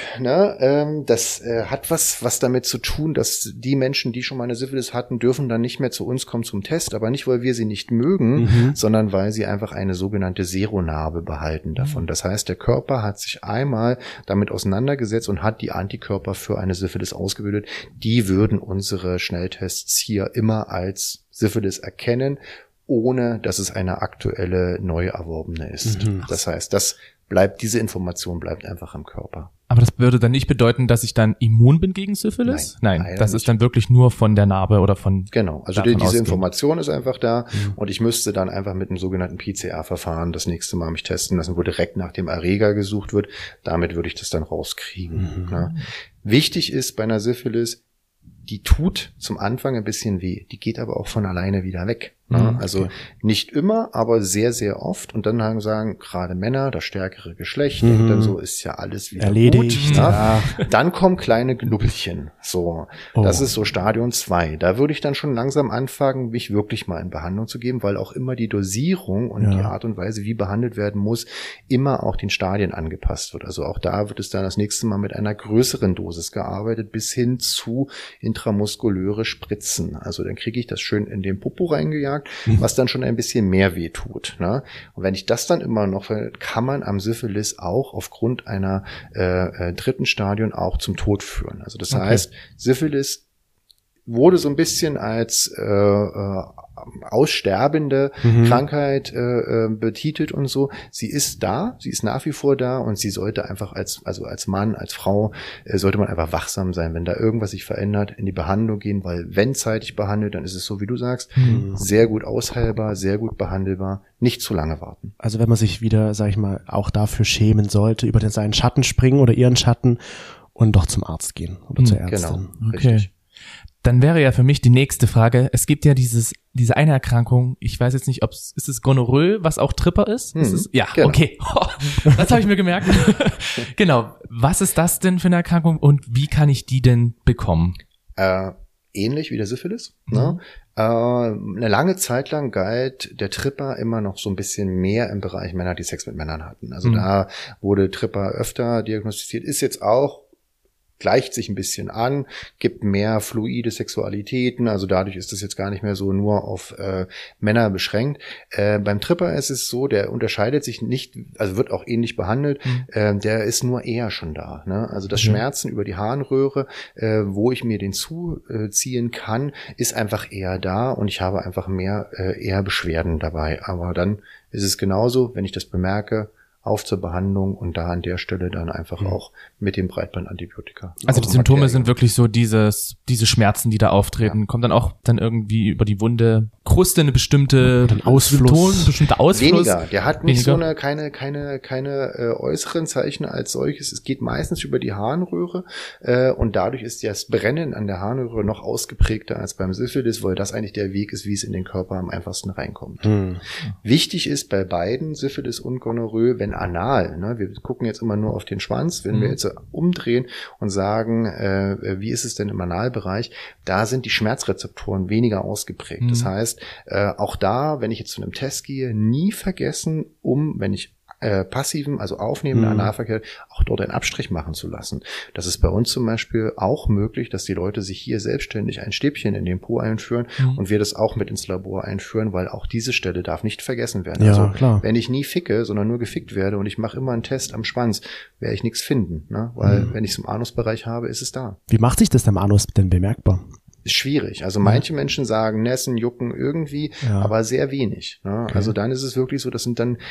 Speaker 3: Ne? Das hat was damit zu tun, dass die Menschen, die schon mal eine Syphilis hatten, dürfen dann nicht mehr zu uns kommen zum Test, aber nicht, weil wir sie nicht mögen, sondern weil sie einfach eine sogenannte Seronarbe behalten davon. Das heißt, der Körper hat sich einmal damit auseinandergesetzt und hat die Antikörper für eine Syphilis ausgebildet. Die würden unsere Schnelltests hier immer als Syphilis erkennen, ohne dass es eine aktuelle neu erworbene ist. Das heißt, diese Information bleibt einfach im Körper.
Speaker 2: Aber das würde dann nicht bedeuten, dass ich dann immun bin gegen Syphilis? Nein, das ist dann wirklich nur von der Narbe oder von...
Speaker 3: Genau, also diese Information ist einfach da und ich müsste dann einfach mit einem sogenannten PCR-Verfahren das nächste Mal mich testen lassen, wo direkt nach dem Erreger gesucht wird. Damit würde ich das dann rauskriegen. Ne? Wichtig ist bei einer Syphilis, die tut zum Anfang ein bisschen weh, die geht aber auch von alleine wieder weg. Also nicht immer, aber sehr, sehr oft. Und dann sagen gerade Männer, das stärkere Geschlecht, denkt dann so, ist ja alles wieder
Speaker 1: erledigt.
Speaker 3: Gut. Ja. Dann kommen kleine Knubbelchen. So, das ist so Stadion 2. Da würde ich dann schon langsam anfangen, mich wirklich mal in Behandlung zu geben, weil auch immer die Dosierung und die Art und Weise, wie behandelt werden muss, immer auch den Stadien angepasst wird. Also auch da wird es dann das nächste Mal mit einer größeren Dosis gearbeitet, bis hin zu intramuskuläre Spritzen. Also dann kriege ich das schön in den Popo reingejagt, was dann schon ein bisschen mehr weh tut. Ne? Und wenn ich das dann immer noch, kann man am Syphilis auch aufgrund einer dritten Stadion auch zum Tod führen. Also das heißt, Syphilis wurde so ein bisschen als aussterbende Krankheit betitelt und so. Sie ist da, sie ist nach wie vor da und sie sollte einfach als Mann, als Frau, sollte man einfach wachsam sein, wenn da irgendwas sich verändert, in die Behandlung gehen, weil wenn zeitig behandelt, dann ist es so, wie du sagst, sehr gut ausheilbar, sehr gut behandelbar, nicht zu lange warten.
Speaker 1: Also wenn man sich wieder, sag ich mal, auch dafür schämen sollte, über seinen Schatten springen oder ihren Schatten und doch zum Arzt gehen oder zur Ärztin.
Speaker 3: Genau,
Speaker 2: okay.
Speaker 3: richtig.
Speaker 2: Dann wäre ja für mich die nächste Frage, es gibt ja diese eine Erkrankung, ich weiß jetzt nicht, ist es Gonorrhoe, was auch Tripper ist? Ist es, ja, genau. Okay, das habe ich mir gemerkt. Genau, was ist das denn für eine Erkrankung und wie kann ich die denn bekommen?
Speaker 3: Ähnlich wie der Syphilis. Ne? Eine lange Zeit lang galt der Tripper immer noch so ein bisschen mehr im Bereich Männer, die Sex mit Männern hatten. Also da wurde Tripper öfter diagnostiziert, ist jetzt auch, gleicht sich ein bisschen an, gibt mehr fluide Sexualitäten, also dadurch ist das jetzt gar nicht mehr so nur auf Männer beschränkt. Beim Tripper ist es so, der unterscheidet sich nicht, also wird auch ähnlich behandelt, der ist nur eher schon da. Ne? Also das Schmerzen über die Harnröhre, wo ich mir den zuziehen kann, ist einfach eher da und ich habe einfach eher Beschwerden dabei. Aber dann ist es genauso, wenn ich das bemerke, auf zur Behandlung und da an der Stelle dann einfach auch mit dem Breitbandantibiotika.
Speaker 2: Also die Symptome sind wirklich so diese Schmerzen, die da auftreten. Kommt dann auch irgendwie über die Wunde Kruste eine bestimmte
Speaker 1: Ausfluss.
Speaker 2: Bestimmter Ausfluss?
Speaker 3: Weniger. Der hat nicht so keine äußeren Zeichen als solches. Es geht meistens über die Harnröhre und dadurch ist das Brennen an der Harnröhre noch ausgeprägter als beim Syphilis, weil das eigentlich der Weg ist, wie es in den Körper am einfachsten reinkommt. Wichtig ist bei beiden, Syphilis und Gonorrhoe, wenn anal, ne, wir gucken jetzt immer nur auf den Schwanz, wenn wir jetzt umdrehen und sagen, wie ist es denn im Analbereich, da sind die Schmerzrezeptoren weniger ausgeprägt. Das heißt, auch da, wenn ich jetzt zu einem Test gehe, nie vergessen, wenn ich passiven, also aufnehmenden Analverkehr, auch dort einen Abstrich machen zu lassen. Das ist bei uns zum Beispiel auch möglich, dass die Leute sich hier selbstständig ein Stäbchen in den Po einführen und wir das auch mit ins Labor einführen, weil auch diese Stelle darf nicht vergessen werden.
Speaker 1: Ja,
Speaker 3: also
Speaker 1: klar.
Speaker 3: wenn ich nie ficke, sondern nur gefickt werde und ich mache immer einen Test am Schwanz, werde ich nichts finden, ne? Weil wenn ich es im Anusbereich habe, ist es da.
Speaker 1: Wie macht sich das am Anus denn bemerkbar?
Speaker 3: Ist schwierig. Also manche Menschen sagen Nässen, Jucken irgendwie, aber sehr wenig. Ne? Okay. Also dann ist es wirklich so, das sind dann,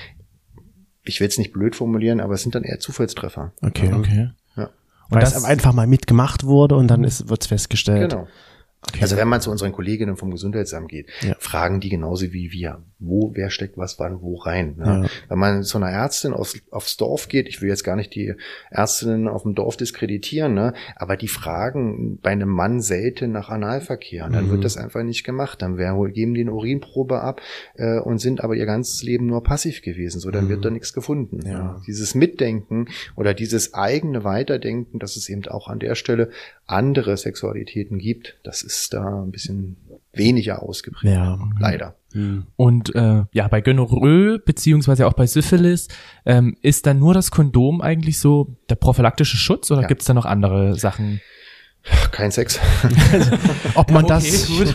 Speaker 3: ich will es nicht blöd formulieren, aber es sind dann eher Zufallstreffer.
Speaker 1: Okay.
Speaker 3: Ja.
Speaker 1: Weil das einfach mal mitgemacht wurde und dann wird's festgestellt.
Speaker 3: Genau. Okay. Also wenn man zu unseren Kolleginnen vom Gesundheitsamt geht, fragen die genauso wie wir, wer steckt was wann wo rein. Ne? Ja. Wenn man zu einer Ärztin aufs Dorf geht, ich will jetzt gar nicht die Ärztinnen auf dem Dorf diskreditieren, ne? Aber die fragen bei einem Mann selten nach Analverkehr. Und dann wird das einfach nicht gemacht. Dann geben die eine Urinprobe ab und sind aber ihr ganzes Leben nur passiv gewesen. So, dann wird da nichts gefunden.
Speaker 1: Ja.
Speaker 3: Ja. Dieses Mitdenken oder dieses eigene Weiterdenken, dass es eben auch an der Stelle andere Sexualitäten gibt, das ist da ein bisschen weniger ausgeprägt. Ja. Leider.
Speaker 2: Und bei Gonorrhoe beziehungsweise auch bei Syphilis ist dann nur das Kondom eigentlich so der prophylaktische Schutz oder gibt's da noch andere Sachen?
Speaker 3: Kein Sex.
Speaker 1: Ob man das... Gut.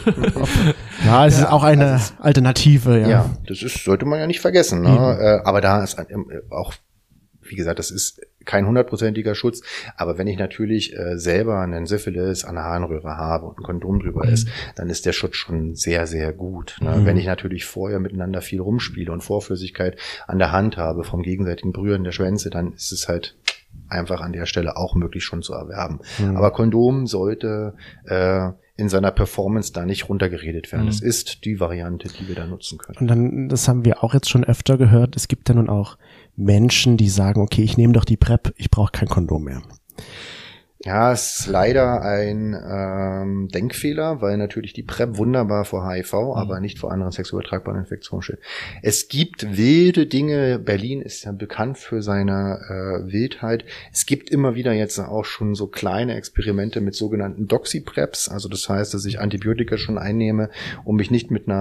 Speaker 1: Ja, es ist auch eine Alternative. Ja,
Speaker 3: das sollte man ja nicht vergessen. Ne? Aber da ist auch, wie gesagt, das ist kein 100%iger Schutz, aber wenn ich natürlich selber einen Syphilis an der Harnröhre habe und ein Kondom drüber ist, dann ist der Schutz schon sehr, sehr gut. Ne? Wenn ich natürlich vorher miteinander viel rumspiele und Vorflüssigkeit an der Hand habe vom gegenseitigen Berühren der Schwänze, dann ist es halt einfach an der Stelle auch möglich schon zu erwerben. Aber Kondom sollte in seiner Performance da nicht runtergeredet werden. Das ist die Variante, die wir da nutzen können.
Speaker 1: Und dann, das haben wir auch jetzt schon öfter gehört, es gibt ja nun auch Menschen, die sagen, okay, ich nehme doch die PrEP, ich brauche kein Kondom mehr.
Speaker 3: Ja, es ist leider ein Denkfehler, weil natürlich die PrEP wunderbar vor HIV, aber nicht vor anderen sexuell übertragbaren Infektionen steht. Es gibt wilde Dinge. Berlin ist ja bekannt für seine Wildheit. Es gibt immer wieder jetzt auch schon so kleine Experimente mit sogenannten Doxy-PrEPs. Also das heißt, dass ich Antibiotika schon einnehme, um mich nicht mit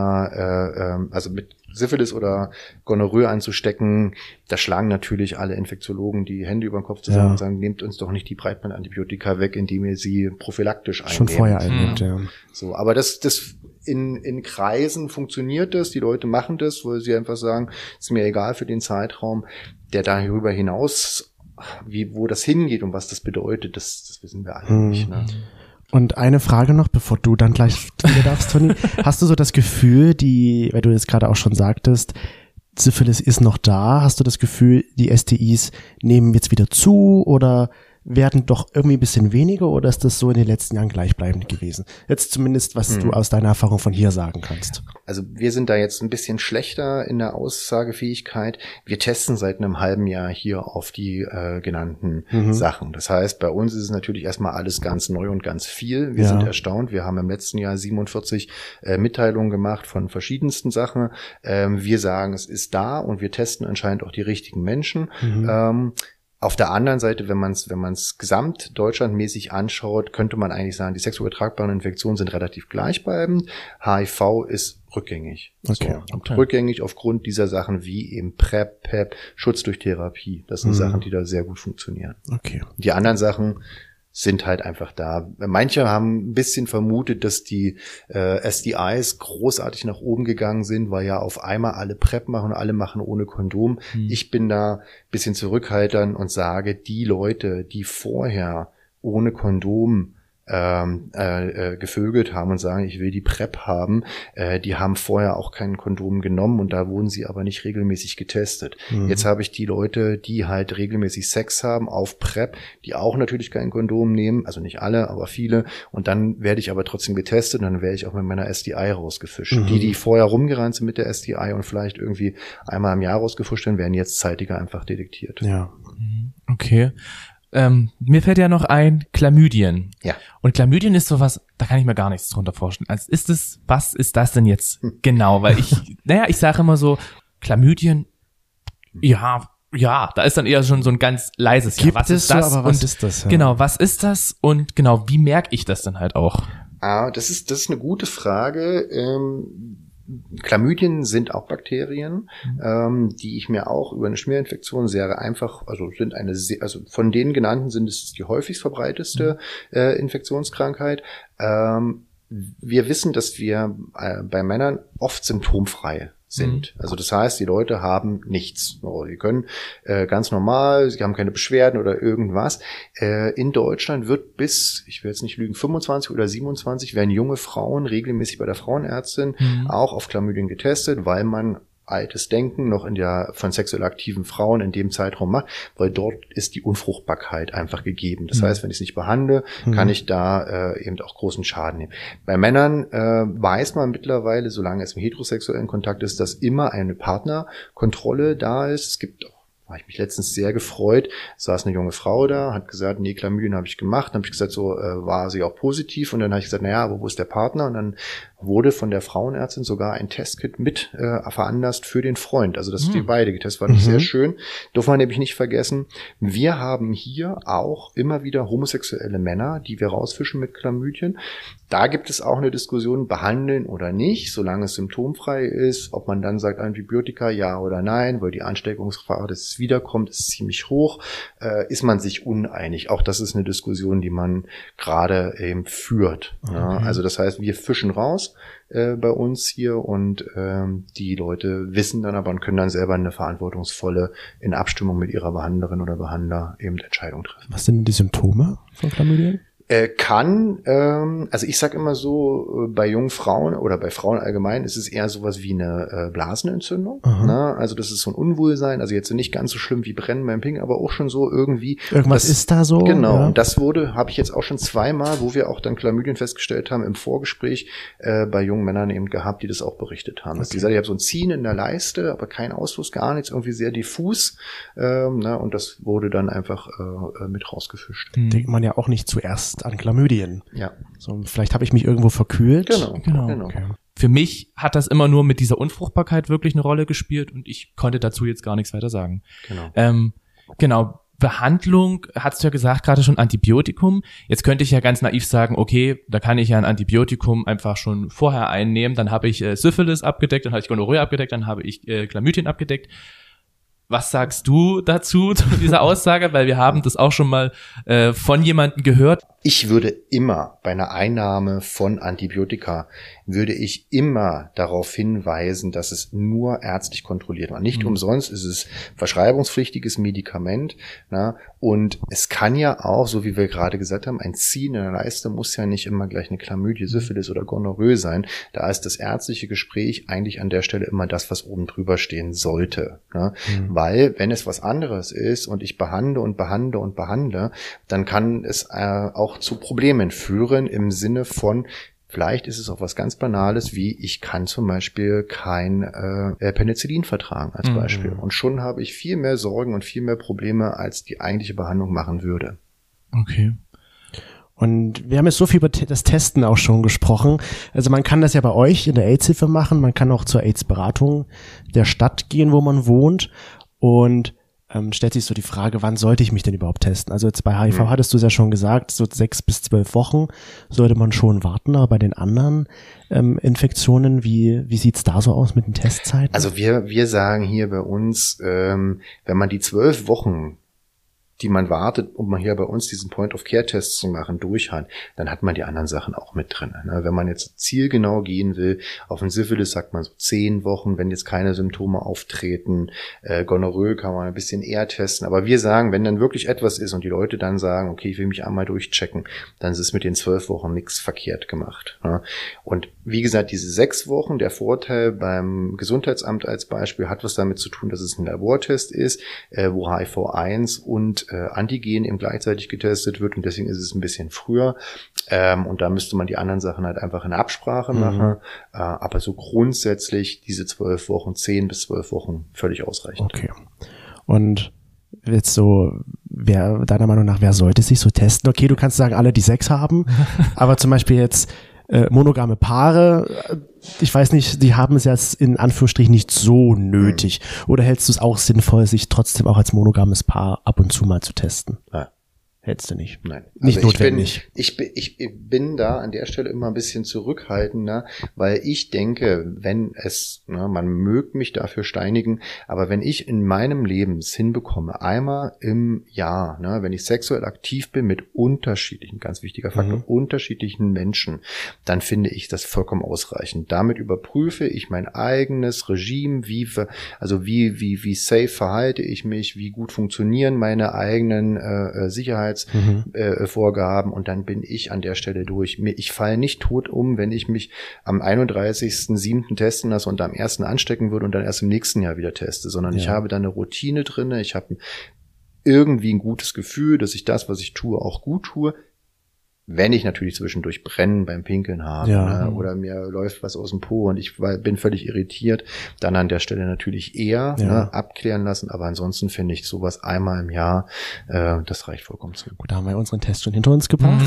Speaker 3: mit Syphilis oder Gonorrhoe anzustecken. Da schlagen natürlich alle Infektiologen die Hände über den Kopf zusammen und sagen, nehmt uns doch nicht die Breitbandantibiotika weg, indem ihr sie prophylaktisch einnehmt.
Speaker 1: Schon vorher einnehmt,
Speaker 3: So, aber das in Kreisen funktioniert das, die Leute machen das, weil sie einfach sagen, ist mir egal für den Zeitraum, der darüber hinaus, wo das hingeht und was das bedeutet, das wissen wir alle nicht. Ne?
Speaker 1: Und eine Frage noch, bevor du dann gleich wieder darfst, Toni. Hast du so das Gefühl, weil du jetzt gerade auch schon sagtest, Syphilis ist noch da, hast du das Gefühl, die STIs nehmen jetzt wieder zu oder werden doch irgendwie ein bisschen weniger oder ist das so in den letzten Jahren gleichbleibend gewesen? Jetzt zumindest, was du aus deiner Erfahrung von hier sagen kannst.
Speaker 3: Also wir sind da jetzt ein bisschen schlechter in der Aussagefähigkeit. Wir testen seit einem halben Jahr hier auf die genannten Sachen. Das heißt, bei uns ist es natürlich erstmal alles ganz neu und ganz viel. Wir sind erstaunt. Wir haben im letzten Jahr 47 Mitteilungen gemacht von verschiedensten Sachen. Wir sagen, es ist da und wir testen anscheinend auch die richtigen Menschen. Auf der anderen Seite, wenn man es gesamt deutschlandmäßig anschaut, könnte man eigentlich sagen, die sexuell übertragbaren Infektionen sind relativ gleichbleibend. HIV ist rückgängig.
Speaker 1: Okay.
Speaker 3: So, und rückgängig aufgrund dieser Sachen wie eben PrEP, PEP, Schutz durch Therapie. Das sind Sachen, die da sehr gut funktionieren.
Speaker 1: Okay.
Speaker 3: Die anderen Sachen sind halt einfach da. Manche haben ein bisschen vermutet, dass die STIs großartig nach oben gegangen sind, weil ja auf einmal alle PrEP machen und alle machen ohne Kondom. Ich bin da ein bisschen zurückhaltend und sage, die Leute, die vorher ohne Kondom gevögelt haben und sagen, ich will die PrEP haben, die haben vorher auch kein Kondom genommen und da wurden sie aber nicht regelmäßig getestet. Jetzt habe ich die Leute, die halt regelmäßig Sex haben auf PrEP, die auch natürlich kein Kondom nehmen, also nicht alle, aber viele, und dann werde ich aber trotzdem getestet und dann werde ich auch mit meiner STI rausgefischt. Die vorher rumgerannt sind mit der STI und vielleicht irgendwie einmal im Jahr rausgefischt werden, werden jetzt zeitiger einfach detektiert.
Speaker 1: Ja.
Speaker 2: Okay. Mir fällt ja noch ein, Chlamydien.
Speaker 3: Ja.
Speaker 2: Und Chlamydien ist sowas, da kann ich mir gar nichts drunter vorstellen. Also was ist das denn jetzt genau? Weil ich sage immer so, Chlamydien, ja, da ist dann eher schon so ein ganz leises
Speaker 1: Ja. Was ist das? Aber was ist das? Ja.
Speaker 2: Genau, was ist das? Und genau, wie merke ich das dann halt auch?
Speaker 3: Das ist eine gute Frage. Chlamydien sind auch Bakterien, die ich mir auch über eine Schmierinfektion sehr einfach, also von denen genannten sind es die häufigst verbreiteste Infektionskrankheit. Wir wissen, dass wir bei Männern oft symptomfrei sind. Also das heißt, die Leute haben nichts. Die können ganz normal, sie haben keine Beschwerden oder irgendwas. In Deutschland wird bis, ich will jetzt nicht lügen, 25 oder 27 werden junge Frauen regelmäßig bei der Frauenärztin auch auf Chlamydien getestet, weil man altes Denken noch von sexuell aktiven Frauen in dem Zeitraum macht, weil dort ist die Unfruchtbarkeit einfach gegeben. Das heißt, wenn ich es nicht behandle, kann ich da eben auch großen Schaden nehmen. Bei Männern weiß man mittlerweile, solange es im heterosexuellen Kontakt ist, dass immer eine Partnerkontrolle da ist. Es gibt auch, habe ich mich letztens sehr gefreut, saß eine junge Frau da, hat gesagt, nee, Chlamydien habe ich gemacht. Dann habe ich gesagt, so war sie auch positiv. Und dann habe ich gesagt, naja, aber wo ist der Partner? Und dann wurde von der Frauenärztin sogar ein Testkit mit veranlasst für den Freund. Also dass die beide getestet waren. Sehr schön. Darf man nämlich nicht vergessen, wir haben hier auch immer wieder homosexuelle Männer, die wir rausfischen mit Chlamydien. Da gibt es auch eine Diskussion, behandeln oder nicht, solange es symptomfrei ist, ob man dann sagt, Antibiotika ja oder nein, weil die Ansteckungsgefahr, dass es wiederkommt, ist ziemlich hoch, ist man sich uneinig. Auch das ist eine Diskussion, die man gerade eben führt. Okay. Ja, also das heißt, wir fischen raus bei uns hier und die Leute wissen dann aber und können dann selber eine verantwortungsvolle, in Abstimmung mit ihrer Behandlerin oder Behandler eben Entscheidung treffen.
Speaker 1: Was sind denn die Symptome von Chlamydien?
Speaker 3: Also ich sag immer so, bei jungen Frauen oder bei Frauen allgemein ist es eher sowas wie eine Blasenentzündung. Ne? Also das ist so ein Unwohlsein, also jetzt nicht ganz so schlimm wie Brennen beim Ping, aber auch schon so irgendwie.
Speaker 1: Irgendwas ist da so.
Speaker 3: Genau,
Speaker 1: ja.
Speaker 3: Und das habe ich jetzt auch schon zweimal, wo wir auch dann Chlamydien festgestellt haben, im Vorgespräch bei jungen Männern eben gehabt, die das auch berichtet haben. Okay. Die gesagt, ich habe so ein Ziehen in der Leiste, aber kein Ausfluss, gar nichts, irgendwie sehr diffus. Und das wurde dann einfach mit rausgefischt.
Speaker 1: Denkt man ja auch nicht zuerst an Chlamydien.
Speaker 3: Ja.
Speaker 1: So, vielleicht habe ich mich irgendwo verkühlt.
Speaker 3: Genau.
Speaker 2: Okay. Für mich hat das immer nur mit dieser Unfruchtbarkeit wirklich eine Rolle gespielt und ich konnte dazu jetzt gar nichts weiter sagen. Genau. Behandlung, hast du ja gesagt, gerade schon Antibiotikum. Jetzt könnte ich ja ganz naiv sagen, okay, da kann ich ja ein Antibiotikum einfach schon vorher einnehmen, dann habe ich Syphilis abgedeckt, dann habe ich Gonorrhoe abgedeckt, dann habe ich Chlamydien abgedeckt. Was sagst du dazu, zu dieser Aussage? Weil wir haben das auch schon mal von jemandem gehört.
Speaker 3: Ich würde immer bei einer Einnahme von Antibiotika, würde ich immer darauf hinweisen, dass es nur ärztlich kontrolliert war. Nicht umsonst ist es verschreibungspflichtiges Medikament. Na? Und es kann ja auch, so wie wir gerade gesagt haben, ein Ziehen in der Leiste muss ja nicht immer gleich eine Chlamydie, Syphilis oder Gonorrhoe sein. Da ist das ärztliche Gespräch eigentlich an der Stelle immer das, was oben drüber stehen sollte. Na? Weil, wenn es was anderes ist und ich behandle, dann kann es auch zu Problemen führen im Sinne von, vielleicht ist es auch was ganz Banales, wie ich kann zum Beispiel kein Penicillin vertragen als Beispiel. Und schon habe ich viel mehr Sorgen und viel mehr Probleme, als die eigentliche Behandlung machen würde.
Speaker 2: Okay.
Speaker 1: Und wir haben jetzt so viel über das Testen auch schon gesprochen. Also man kann das ja bei euch in der AIDS-Hilfe machen, man kann auch zur AIDS-Beratung der Stadt gehen, wo man wohnt, und stellt sich so die Frage, wann sollte ich mich denn überhaupt testen? Also jetzt bei HIV hattest du es ja schon gesagt, so 6 bis 12 Wochen sollte man schon warten, aber bei den anderen Infektionen, wie sieht's da so aus mit den Testzeiten?
Speaker 3: Also wir sagen hier bei uns, wenn man die 12 Wochen, die man wartet, um mal hier bei uns diesen Point-of-Care-Test zu machen, durchhat, dann hat man die anderen Sachen auch mit drin. Wenn man jetzt zielgenau gehen will, auf ein Syphilis sagt man so 10 Wochen, wenn jetzt keine Symptome auftreten. Gonorrhoe kann man ein bisschen eher testen. Aber wir sagen, wenn dann wirklich etwas ist und die Leute dann sagen, okay, ich will mich einmal durchchecken, dann ist es mit den 12 Wochen nichts verkehrt gemacht. Und wie gesagt, diese 6 Wochen, der Vorteil beim Gesundheitsamt als Beispiel hat was damit zu tun, dass es ein Labortest ist, wo HIV-1 und Antigen eben gleichzeitig getestet wird, und deswegen ist es ein bisschen früher. Und da müsste man die anderen Sachen halt einfach in Absprache machen. Aber so grundsätzlich diese 12 Wochen, 10 bis 12 Wochen völlig ausreichend.
Speaker 1: Okay. Und jetzt so, deiner Meinung nach, wer sollte sich so testen? Okay, du kannst sagen, alle, die 6 haben, aber zum Beispiel jetzt monogame Paare, ich weiß nicht, die haben es jetzt in Anführungsstrichen nicht so nötig. Oder hältst du es auch sinnvoll, sich trotzdem auch als monogames Paar ab und zu mal zu testen?
Speaker 3: Ja.
Speaker 1: Hältst du nicht?
Speaker 3: Nein.
Speaker 1: Nicht
Speaker 3: also
Speaker 1: notwendig.
Speaker 3: Ich bin da an der Stelle immer ein bisschen zurückhaltender, weil ich denke, man mögt mich dafür steinigen, aber wenn ich in meinem Leben es hinbekomme, einmal im Jahr, wenn ich sexuell aktiv bin mit unterschiedlichen, ganz wichtiger Faktor, unterschiedlichen Menschen, dann finde ich das vollkommen ausreichend. Damit überprüfe ich mein eigenes Regime, wie safe verhalte ich mich, wie gut funktionieren meine eigenen Vorgaben, und dann bin ich an der Stelle durch. Ich falle nicht tot um, wenn ich mich am 31.07. testen lasse und am 1. anstecken würde und dann erst im nächsten Jahr wieder teste, sondern ich habe da eine Routine drin, ich habe irgendwie ein gutes Gefühl, dass ich das, was ich tue, auch gut tue. Wenn ich natürlich zwischendurch Brennen beim Pinkeln habe oder mir läuft was aus dem Po und ich bin völlig irritiert, dann an der Stelle natürlich eher abklären lassen. Aber ansonsten finde ich sowas einmal im Jahr, das reicht vollkommen zu.
Speaker 1: Gut, da haben wir unseren Test schon hinter uns gebracht.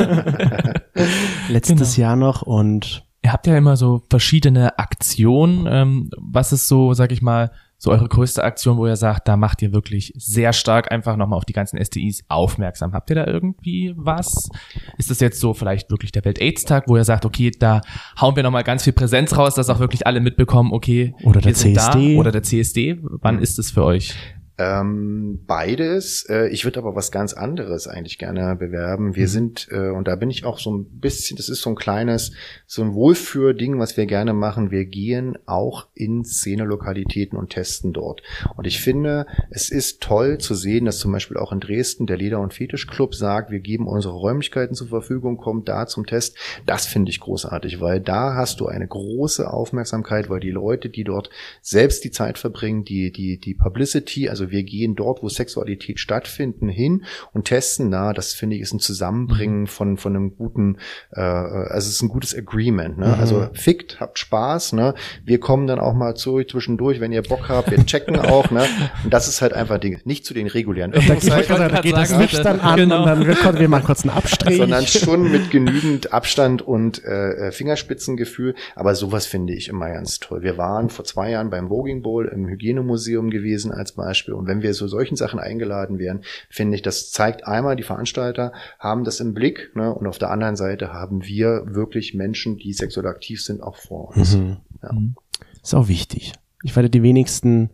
Speaker 1: Letztes Jahr noch. Und
Speaker 2: ihr habt ja immer so verschiedene Aktionen. Was ist so, sag ich mal, so eure größte Aktion, wo ihr sagt, da macht ihr wirklich sehr stark einfach nochmal auf die ganzen STIs aufmerksam? Habt ihr da irgendwie was? Ist das jetzt so vielleicht wirklich der Welt-AIDS-Tag, wo ihr sagt, okay, da hauen wir nochmal ganz viel Präsenz raus, dass auch wirklich alle mitbekommen, okay,
Speaker 1: oder der CSD.
Speaker 2: Oder der CSD. Wann ist es für euch?
Speaker 3: Beides. Ich würde aber was ganz anderes eigentlich gerne bewerben. Wir sind, und da bin ich auch so ein bisschen, das ist so ein Wohlführding, was wir gerne machen. Wir gehen auch in Szenelokalitäten und testen dort. Und ich finde, es ist toll zu sehen, dass zum Beispiel auch in Dresden der Leder- und Fetischclub sagt, wir geben unsere Räumlichkeiten zur Verfügung, kommt da zum Test. Das finde ich großartig, weil da hast du eine große Aufmerksamkeit, weil die Leute, die dort selbst die Zeit verbringen, die Publicity, also wir gehen dort, wo Sexualität stattfinden, hin und testen da. Das finde ich ist ein Zusammenbringen von einem guten, also es ist ein gutes Agreement. Also fickt, habt Spaß. Wir kommen dann auch mal zwischendurch, wenn ihr Bock habt. Wir checken auch. Und das ist halt einfach nicht zu den regulären Öffnungszeiten.
Speaker 1: Da geht das Licht dann an und dann wir machen kurz einen Abstrich.
Speaker 3: Sondern schon mit genügend Abstand und Fingerspitzengefühl. Aber sowas finde ich immer ganz toll. Wir waren vor 2 Jahren beim Voging Bowl im Hygienemuseum gewesen als Beispiel. Und wenn wir zu solchen Sachen eingeladen werden, finde ich, das zeigt einmal, die Veranstalter haben das im Blick, und auf der anderen Seite haben wir wirklich Menschen, die sexuell aktiv sind, auch vor uns.
Speaker 1: Ja. Ist auch wichtig. Ich werde die wenigsten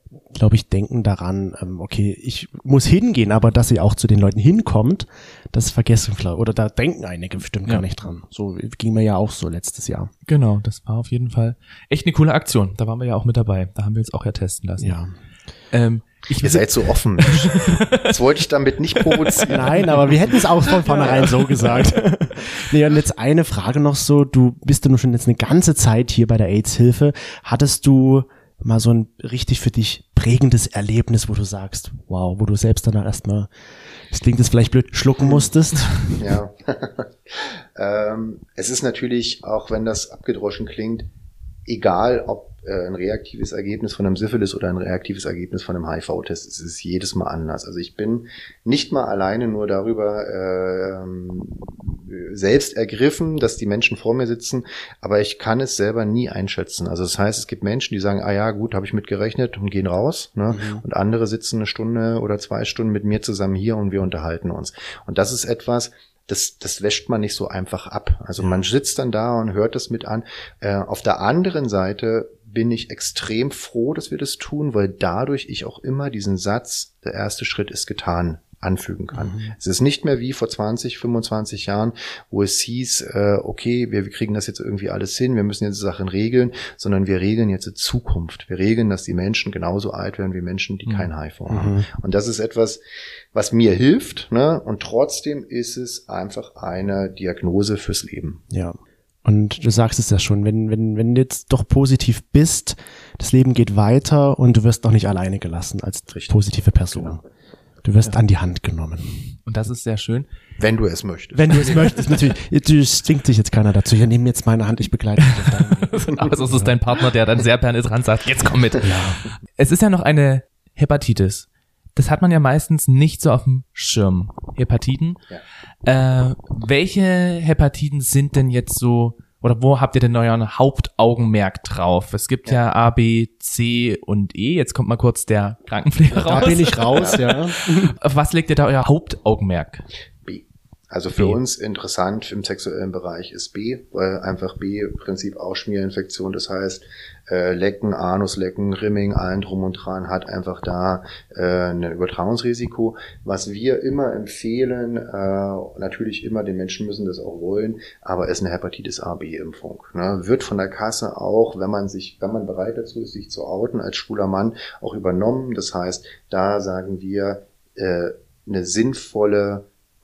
Speaker 1: glaube ich, denken daran, okay, ich muss hingehen, aber dass sie auch zu den Leuten hinkommt, das vergessen vielleicht, oder da denken einige bestimmt gar nicht dran. So ging mir ja auch so letztes Jahr.
Speaker 2: Genau, das war auf jeden Fall echt eine coole Aktion. Da waren wir ja auch mit dabei. Da haben wir uns auch ja testen lassen.
Speaker 1: Ja.
Speaker 3: Ihr seid so offen, Mensch. Das wollte ich damit nicht provozieren.
Speaker 1: Nein, aber wir hätten es auch von vornherein so gesagt. Nee, und jetzt eine Frage noch so, du bist ja nur schon jetzt eine ganze Zeit hier bei der AIDS-Hilfe. Hattest du mal so ein richtig für dich prägendes Erlebnis, wo du sagst, wow, wo du selbst danach erstmal, das klingt jetzt vielleicht blöd, schlucken musstest?
Speaker 3: Ja. Es ist natürlich, auch wenn das abgedroschen klingt, egal ob ein reaktives Ergebnis von einem Syphilis oder ein reaktives Ergebnis von einem HIV-Test, es ist jedes Mal anders. Also ich bin nicht mal alleine nur darüber selbst ergriffen, dass die Menschen vor mir sitzen, aber ich kann es selber nie einschätzen. Also das heißt, es gibt Menschen, die sagen, ah ja, gut, habe ich mit gerechnet und gehen raus, ne? Und andere sitzen eine Stunde oder 2 Stunden mit mir zusammen hier und wir unterhalten uns. Und das ist etwas, das wäscht man nicht so einfach ab. Also man sitzt dann da und hört das mit an. Auf der anderen Seite bin ich extrem froh, dass wir das tun, weil dadurch ich auch immer diesen Satz, der erste Schritt ist getan, anfügen kann. Es ist nicht mehr wie vor 20, 25 Jahren, wo es hieß, okay, wir kriegen das jetzt irgendwie alles hin, wir müssen jetzt Sachen regeln, sondern wir regeln jetzt die Zukunft. Wir regeln, dass die Menschen genauso alt werden wie Menschen, die kein HIV haben. Und das ist etwas, was mir hilft, ne? Und trotzdem ist es einfach eine Diagnose fürs Leben.
Speaker 1: Ja. Und du sagst es ja schon, wenn du jetzt doch positiv bist, das Leben geht weiter und du wirst auch nicht alleine gelassen als positive Person. Genau. Du wirst an die Hand genommen.
Speaker 2: Und das ist sehr schön.
Speaker 3: Wenn du es möchtest.
Speaker 1: Wenn du es möchtest, natürlich. Es zwingt sich jetzt keiner dazu. Ich nehme jetzt meine Hand, ich begleite dich.
Speaker 2: Also es ist dein Partner, der dann sehr penetrant sagt, jetzt komm mit. Ja. Es ist ja noch eine Hepatitis. Das hat man ja meistens nicht so auf dem Schirm. Hepatiten. Ja. Welche Hepatiten sind denn jetzt so, oder wo habt ihr denn euren Hauptaugenmerk drauf? Es gibt ja A, B, C und E. Jetzt kommt mal kurz der Krankenpfleger raus.
Speaker 1: Da bin ich raus, ja.
Speaker 2: Auf was legt ihr da euer Hauptaugenmerk?
Speaker 3: B. Also für uns interessant im sexuellen Bereich ist B, weil einfach B im Prinzip Ausschmierinfektion, das heißt Lecken, Anuslecken, Rimming, allen drum und dran, hat einfach da ein Übertragungsrisiko. Was wir immer empfehlen, natürlich immer, den Menschen müssen das auch wollen, aber ist eine Hepatitis A-B-Impfung. Ne? Wird von der Kasse auch, wenn man bereit dazu ist, sich zu outen als schwuler Mann, auch übernommen. Das heißt, da sagen wir, eine sinnvolle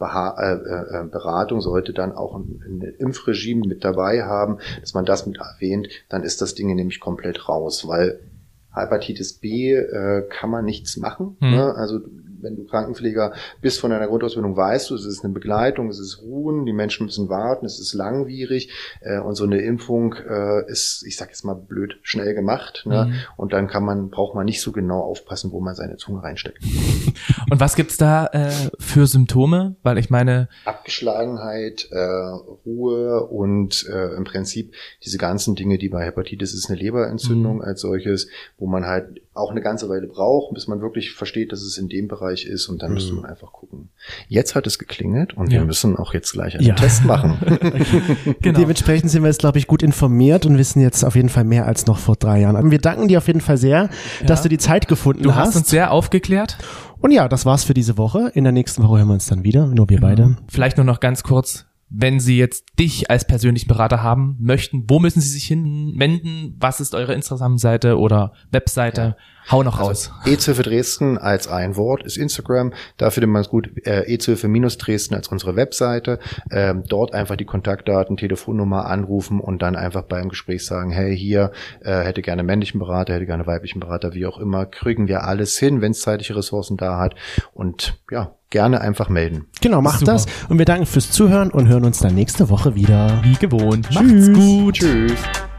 Speaker 3: Beratung sollte dann auch ein Impfregime mit dabei haben, dass man das mit erwähnt, dann ist das Ding nämlich komplett raus, weil Hepatitis B kann man nichts machen. Ne? Also wenn du Krankenpfleger bist von deiner Grundausbildung, weißt du, es ist eine Begleitung, es ist Ruhen, die Menschen müssen warten, es ist langwierig und so eine Impfung ist, ich sag jetzt mal blöd, schnell gemacht. Ne? Und dann braucht man nicht so genau aufpassen, wo man seine Zunge reinsteckt.
Speaker 2: Und was gibt's da für Symptome? Weil ich meine
Speaker 3: Abgeschlagenheit, Ruhe und im Prinzip diese ganzen Dinge, die bei Hepatitis ist, eine Leberentzündung als solches, wo man halt auch eine ganze Weile braucht, bis man wirklich versteht, dass es in dem Bereich ist und dann müsste man einfach gucken. Jetzt hat es geklingelt und wir müssen auch jetzt gleich einen Test machen.
Speaker 1: Genau. Dementsprechend sind wir jetzt, glaube ich, gut informiert und wissen jetzt auf jeden Fall mehr als noch vor 3 Jahren. Wir danken dir auf jeden Fall sehr, dass du die Zeit gefunden hast.
Speaker 2: Du hast uns sehr aufgeklärt.
Speaker 1: Und ja, das war's für diese Woche. In der nächsten Woche hören wir uns dann wieder, nur wir beide.
Speaker 2: Vielleicht nur noch ganz kurz, wenn Sie jetzt dich als persönlichen Berater haben möchten, wo müssen Sie sich hinwenden? Was ist eure Instagram-Seite oder Webseite? Ja. Hau noch raus.
Speaker 3: AIDS-Hilfe Dresden als ein Wort ist Instagram. Da findet man es gut. AIDS-Hilfe-Dresden als unsere Webseite. Dort einfach die Kontaktdaten, Telefonnummer anrufen und dann einfach beim Gespräch sagen, hey, hier hätte gerne männlichen Berater, hätte gerne weiblichen Berater, wie auch immer. Kriegen wir alles hin, wenn es zeitliche Ressourcen da hat. Und ja, gerne einfach melden.
Speaker 1: Genau, macht das. Und wir danken fürs Zuhören und hören uns dann nächste Woche wieder.
Speaker 2: Wie gewohnt.
Speaker 1: Macht's gut.
Speaker 3: Tschüss.